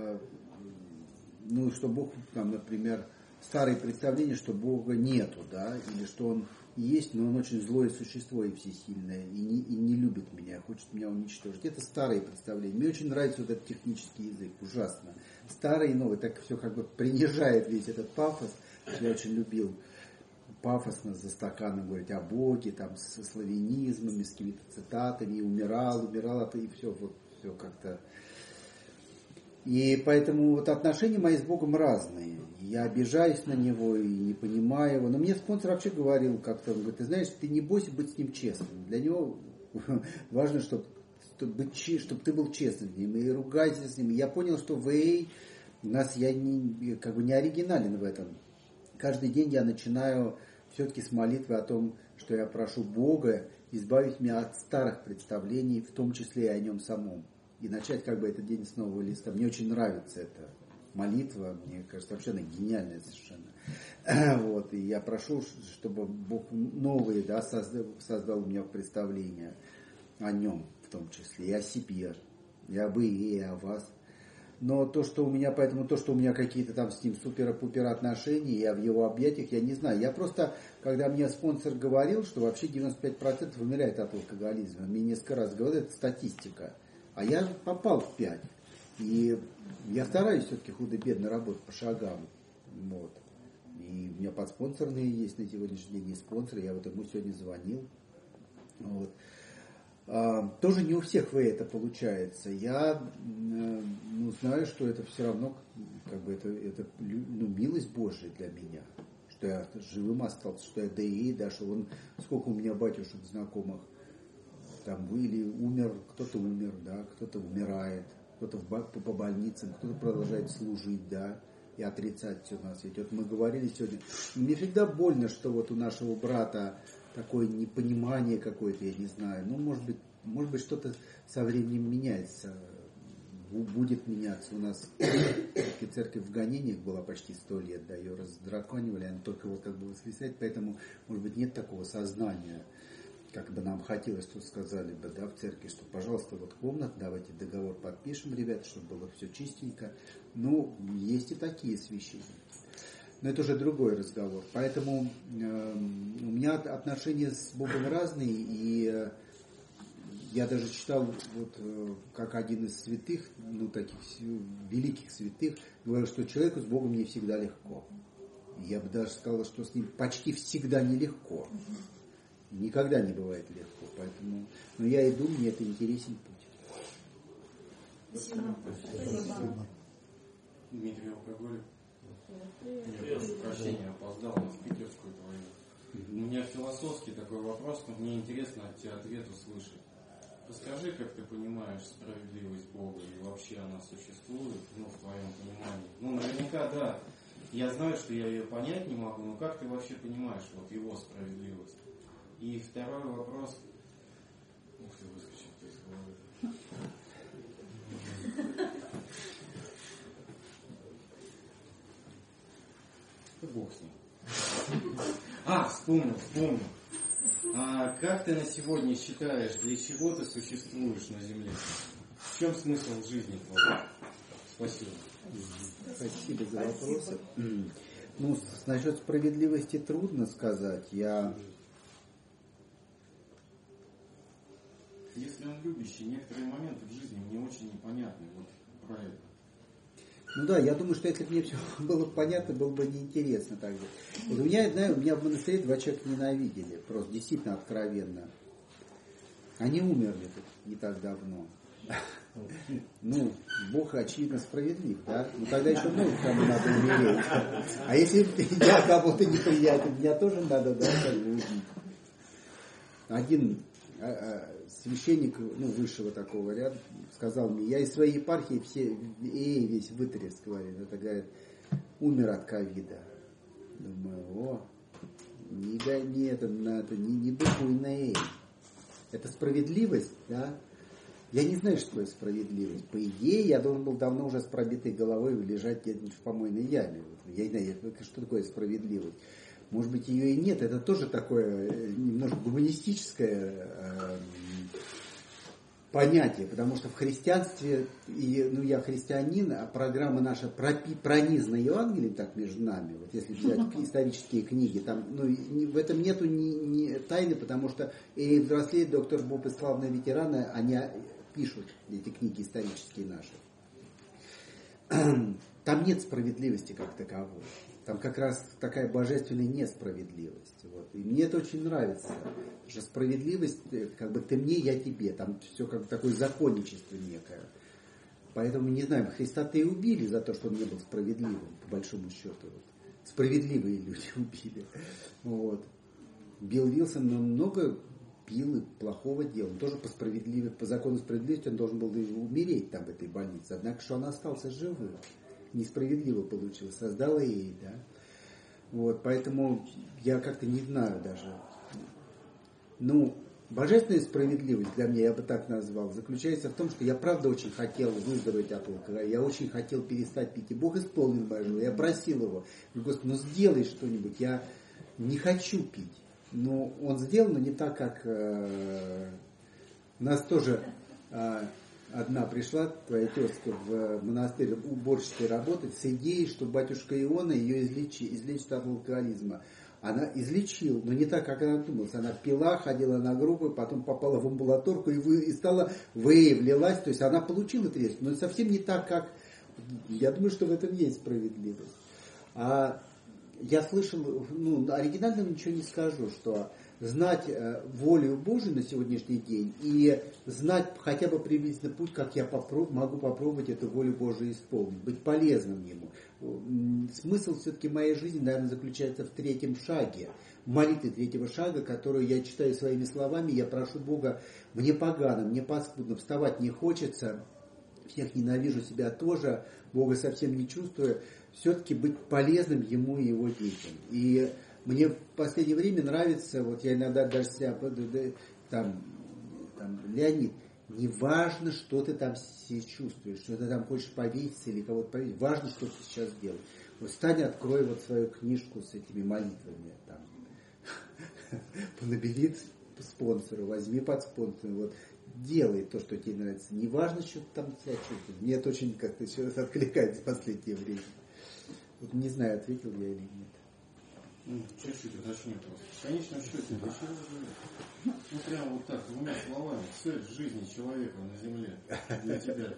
[SPEAKER 2] Ну, что Бог, там, например, старые представления, что Бога нету, да, или что Он есть, но Он очень злое существо и всесильное, и не, и не любит меня, хочет меня уничтожить. Это старые представления. Мне очень нравится вот этот технический язык, ужасно. Старый и новый, так все как бы принижает весь этот пафос. Я очень любил пафосно за стаканом говорить о Боге, там, со славянизмами, с какими-то цитатами, и умирал, умирал, это и все, вот, все как-то... И поэтому вот отношения мои с Богом разные. Я обижаюсь на Него и не понимаю Его. Но мне спонсор вообще говорил как-то, он говорит, ты знаешь, ты не бойся быть с Ним честным. Для Него важно, чтобы, чтобы, чтобы ты был честным с Ним и ругайся с Ним. И я понял, что в эй у нас я не, как бы не оригинален в этом. Каждый день я начинаю все-таки с молитвы о том, что я прошу Бога избавить меня от старых представлений, в том числе и о Нем самом. И начать как бы этот день с нового листа. Мне очень нравится эта молитва, мне кажется, вообще она гениальная совершенно. Вот, и я прошу, чтобы Бог новые, да, создал, создал у меня представление о Нем в том числе, и о себе, и об и, и о вас. Но то, что у меня, поэтому то, что у меня какие-то там с ним супер-пупер отношения, я в его объятиях, я не знаю. Я просто, когда мне спонсор говорил, что вообще девяносто пять процентов умирает от алкоголизма, мне несколько раз говорили, это статистика. А я попал в пять. И я стараюсь все-таки худо-бедно работать по шагам. Вот. И у меня подспонсорные есть на сегодняшний день, и спонсоры. Я вот ему сегодня звонил. Вот. А, тоже не у всех в это получается. Я ну, знаю, что это все равно как бы это, это ну, милость Божия для меня. Что я живым остался, что я ДИ, да, что он, сколько у меня батюшек знакомых там были, умер, кто-то умер, да, кто-то умирает, кто-то в, по, по больницам, кто-то продолжает служить, да, и отрицать все на свете. Вот мы говорили сегодня, мне всегда больно, что вот у нашего брата такое непонимание какое-то, я не знаю, ну, может быть, может быть, что-то со временем меняется, будет меняться. У нас церковь в гонениях была почти сто лет, да, ее раздраконивали, она только вот как бы воскресает, поэтому, может быть, нет такого сознания, как бы нам хотелось, что сказали бы, да, в церкви, что, пожалуйста, вот комната, давайте договор подпишем, ребята, чтобы было все чистенько. Ну, есть и такие священники. Но это уже другой разговор. Поэтому э, у меня отношения с Богом разные, и э, я даже читал, вот, э, как один из святых, ну, таких великих святых, говорил, что человеку с Богом не всегда легко. Я бы даже сказал, что с ним почти всегда нелегко. Никогда не бывает легко, поэтому, но я иду, мне это интересен путь.
[SPEAKER 3] Спасибо. Спасибо.
[SPEAKER 9] Дмитрий Алкоголик. Я прошу прощения, опоздал на спикерскую твою. У меня философский такой вопрос, но мне интересно от тебя ответ услышать. Расскажи, как ты понимаешь справедливость Бога, и вообще она существует, ну, в твоем понимании. Ну, наверняка, да, я знаю, что я ее понять не могу, но как ты вообще понимаешь вот его справедливость? И второй вопрос. Ух ты, выскочил ты из головы. Бог с ним. А, вспомнил, вспомнил. А как ты на сегодня считаешь, для чего ты существуешь на Земле? В чем смысл жизни твоей? Спасибо.
[SPEAKER 2] Спасибо за вопросы. Ну, насчет справедливости трудно сказать. Я...
[SPEAKER 9] Если он любящий, некоторые моменты в жизни мне очень непонятны. Вот про это.
[SPEAKER 2] Ну да, я думаю, что если бы мне все было понятно, было бы неинтересно так же. Вот у меня, знаю, у меня в монастыре два человека ненавидели, просто действительно откровенно. Они умерли тут не так давно. Ну, Бог, очевидно, справедлив, да? Ну, тогда еще много кому надо умереть. А если я кому-то неприятен, меня тоже надо, да, как бы убить. Один а, а, священник, ну, высшего такого ряда, сказал мне, я из своей епархии все, эй, весь вытряс, говорит, это, говорит, умер от ковида. Думаю, о, не, не, это, это, не, не букву на эй. Это справедливость, да? Я не знаю, что такое справедливость. По идее, я должен был давно уже с пробитой головой лежать где-нибудь в помойной яме. Я не знаю, что такое справедливость. Может быть, ее и нет. Это тоже такое немножко гуманистическое э, понятие. Потому что в христианстве, и, ну я христианин, а программа наша пропи, пронизана Евангелием так между нами. Вот если взять исторические книги, там, ну, в этом нету ни, ни тайны, потому что и взрослеет доктор Боб и славные ветераны, они пишут эти книги исторические наши. Там нет справедливости как таковой. Там как раз такая божественная несправедливость. Вот. И мне это очень нравится. Потому что справедливость, как бы ты мне, я тебе. Там все как бы такое законничество некое. Поэтому, не знаю, Христа-то и убили за то, что он не был справедливым, по большому счету. Вот. Справедливые люди убили. Вот. Билл Вилсон много пил и плохого дела. Он тоже по справедливости, по закону справедливости он должен был умереть там в этой больнице. Однако, что он остался живым. Несправедливо получилось. Создала ей, да. Вот, поэтому я как-то не знаю даже. Ну, божественная справедливость для меня, я бы так назвал, заключается в том, что я правда очень хотел выздороветь от алкоголя. Я очень хотел перестать пить. И Бог исполнил мою желание. Я просил его. Господи, ну сделай что-нибудь. Я не хочу пить. Но он сделал, но не так, как э, у нас тоже э, одна пришла, твоя тезка, в монастырь уборщицей работать с идеей, что батюшка Иона ее излечи, излечит от алкоголизма. Она излечила, но не так, как она думала. Она пила, ходила на группы, потом попала в амбулаторку и, вы, и стала выявлялась. То есть она получила трезв, но совсем не так, как... Я думаю, что в этом есть справедливость. А я слышал, ну, оригинально ничего не скажу, что знать э, волю Божию на сегодняшний день и знать хотя бы приблизительно путь, как я попроб, могу попробовать эту волю Божию исполнить, быть полезным ему. Смысл все-таки моей жизни, наверное, заключается в третьем шаге, молитве третьего шага, которую я читаю своими словами. Я прошу Бога, мне погано, мне паскудно, вставать не хочется, всех ненавижу, себя тоже, Бога совсем не чувствую, все-таки быть полезным ему и его детям. И мне в последнее время нравится, вот я иногда даже себя, там, там, Леонид, не важно, что ты там чувствуешь, что ты там хочешь повеситься или кого-то повесить, важно, что ты сейчас делаешь. Вот встань, открой вот свою книжку с этими молитвами, там, набери спонсора, возьми под спонсора, вот, делай то, что тебе нравится. Не важно, что ты там себя чувствуешь. Мне это очень как-то еще откликается в последнее время. Вот не знаю, ответил я или нет.
[SPEAKER 9] Ну, чуть-чуть уточню просто. В конечном счете, для чего живешь? Ну, прямо вот так, двумя словами. Цель жизни человека на земле для тебя.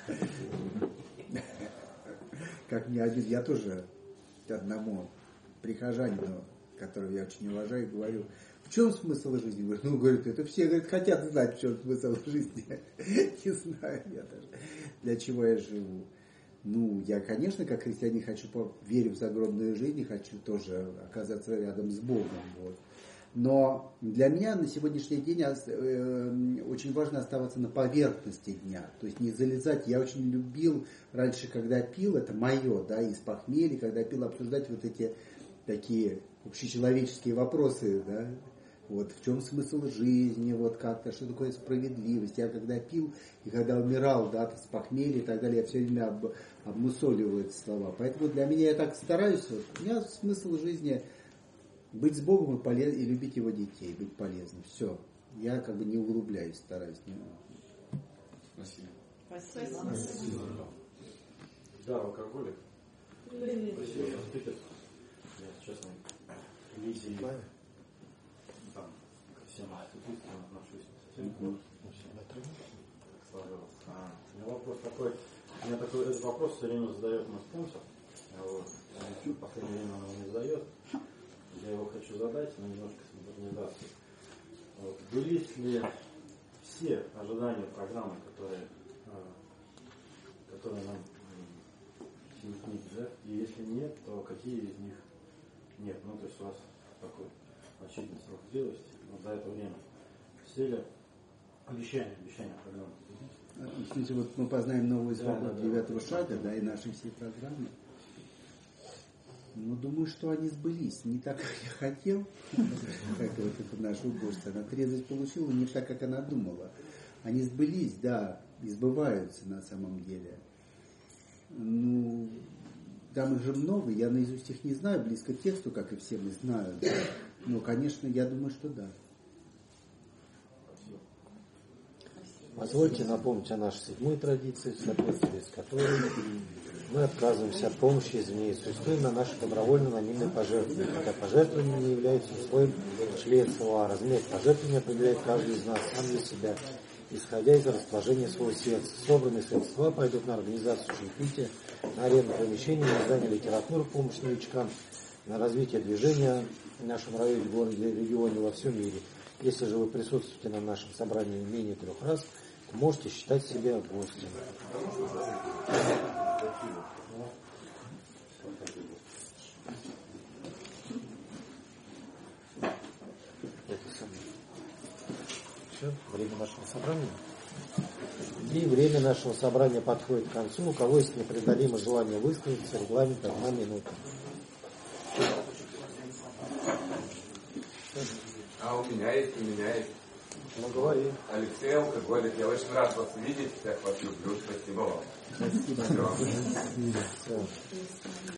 [SPEAKER 2] Как мне один, я тоже одному прихожанину, которого я очень уважаю, говорю, в чем смысл жизни? Говорит, ну, говорит, это все, говорит, хотят знать, в чем смысл жизни. Не знаю я даже, для чего я живу. Ну, я, конечно, как христианин хочу, верю в загробную жизнь и хочу тоже оказаться рядом с Богом. Вот. Но для меня на сегодняшний день очень важно оставаться на поверхности дня. То есть не залезать. Я очень любил раньше, когда пил, это мое, да, из похмелья, когда пил, обсуждать вот эти такие общечеловеческие вопросы, да. Вот в чем смысл жизни, вот как-то, что такое справедливость. Я когда пил и когда умирал, да, с похмелья и так далее, я все время об, обмусоливал эти слова. Поэтому для меня я так стараюсь, вот, у меня смысл жизни быть с Богом и, полез, и любить его детей, быть полезным. Все. Я как бы не углубляюсь, стараюсь. Не...
[SPEAKER 9] Спасибо.
[SPEAKER 3] Спасибо.
[SPEAKER 4] Спасибо. Да, алкоголик.
[SPEAKER 3] Привет.
[SPEAKER 4] Спасибо, спикер. Я, честно, Лидии там ко всем спикерам отношусь совсем плохо. Сложилось. А, у меня вопрос такой. У меня такой этот вопрос все время задает мой спонсор. Вот. В последнее время он его не задает. Я его хочу задать, но немножко с модернизацией. Вот. Были ли все ожидания программы, которые э, которые нам семи книг, да? И если нет, то какие из них нет? Ну, то есть у вас такой значительный срок зрелости, но за это время все ли обещания, обещания определенные?
[SPEAKER 2] Если вот мы познаем новую свободу
[SPEAKER 4] да, да,
[SPEAKER 2] девятого
[SPEAKER 4] да,
[SPEAKER 2] шага,
[SPEAKER 4] да,
[SPEAKER 2] да, и наши все программы, ну, думаю, что они сбылись. Не так, как я хотел, как вот это наша уборство. Она трезвость получила не так, как она думала. Они сбылись, да, и сбываются на самом деле. Ну, там их же много, я наизусть их не знаю, близко к тексту, как и все мы знаем. Да. Но, конечно, я думаю, что да.
[SPEAKER 10] Позвольте напомнить о нашей седьмой традиции, в соответствии с которой мы отказываемся от помощи извне, существуем на наши добровольно-анонимные пожертвования, хотя пожертвование не является условием членства, а размер пожертвования определяет каждый из нас сам для себя, исходя из расположения своего сердца. Собранные средства пойдут на организацию чаепития, на аренду помещений, на издание литературы, помощь новичкам, на развитие движения в нашем районе, городе, регионе, во всем мире. Если же вы присутствуете на нашем собрании менее трех раз, то можете считать себя гостем. Это самое. Все, время нашего собрания. И время нашего собрания подходит к концу. У кого есть непреодолимое желание высказаться, регламент одна минута.
[SPEAKER 7] А у меня есть, у меня есть.
[SPEAKER 10] Ну, говори.
[SPEAKER 7] Алексей Алкоголик, я очень рад вас видеть, всех вас люблю, спасибо вам.
[SPEAKER 2] Спасибо.
[SPEAKER 7] Спасибо.
[SPEAKER 10] Все.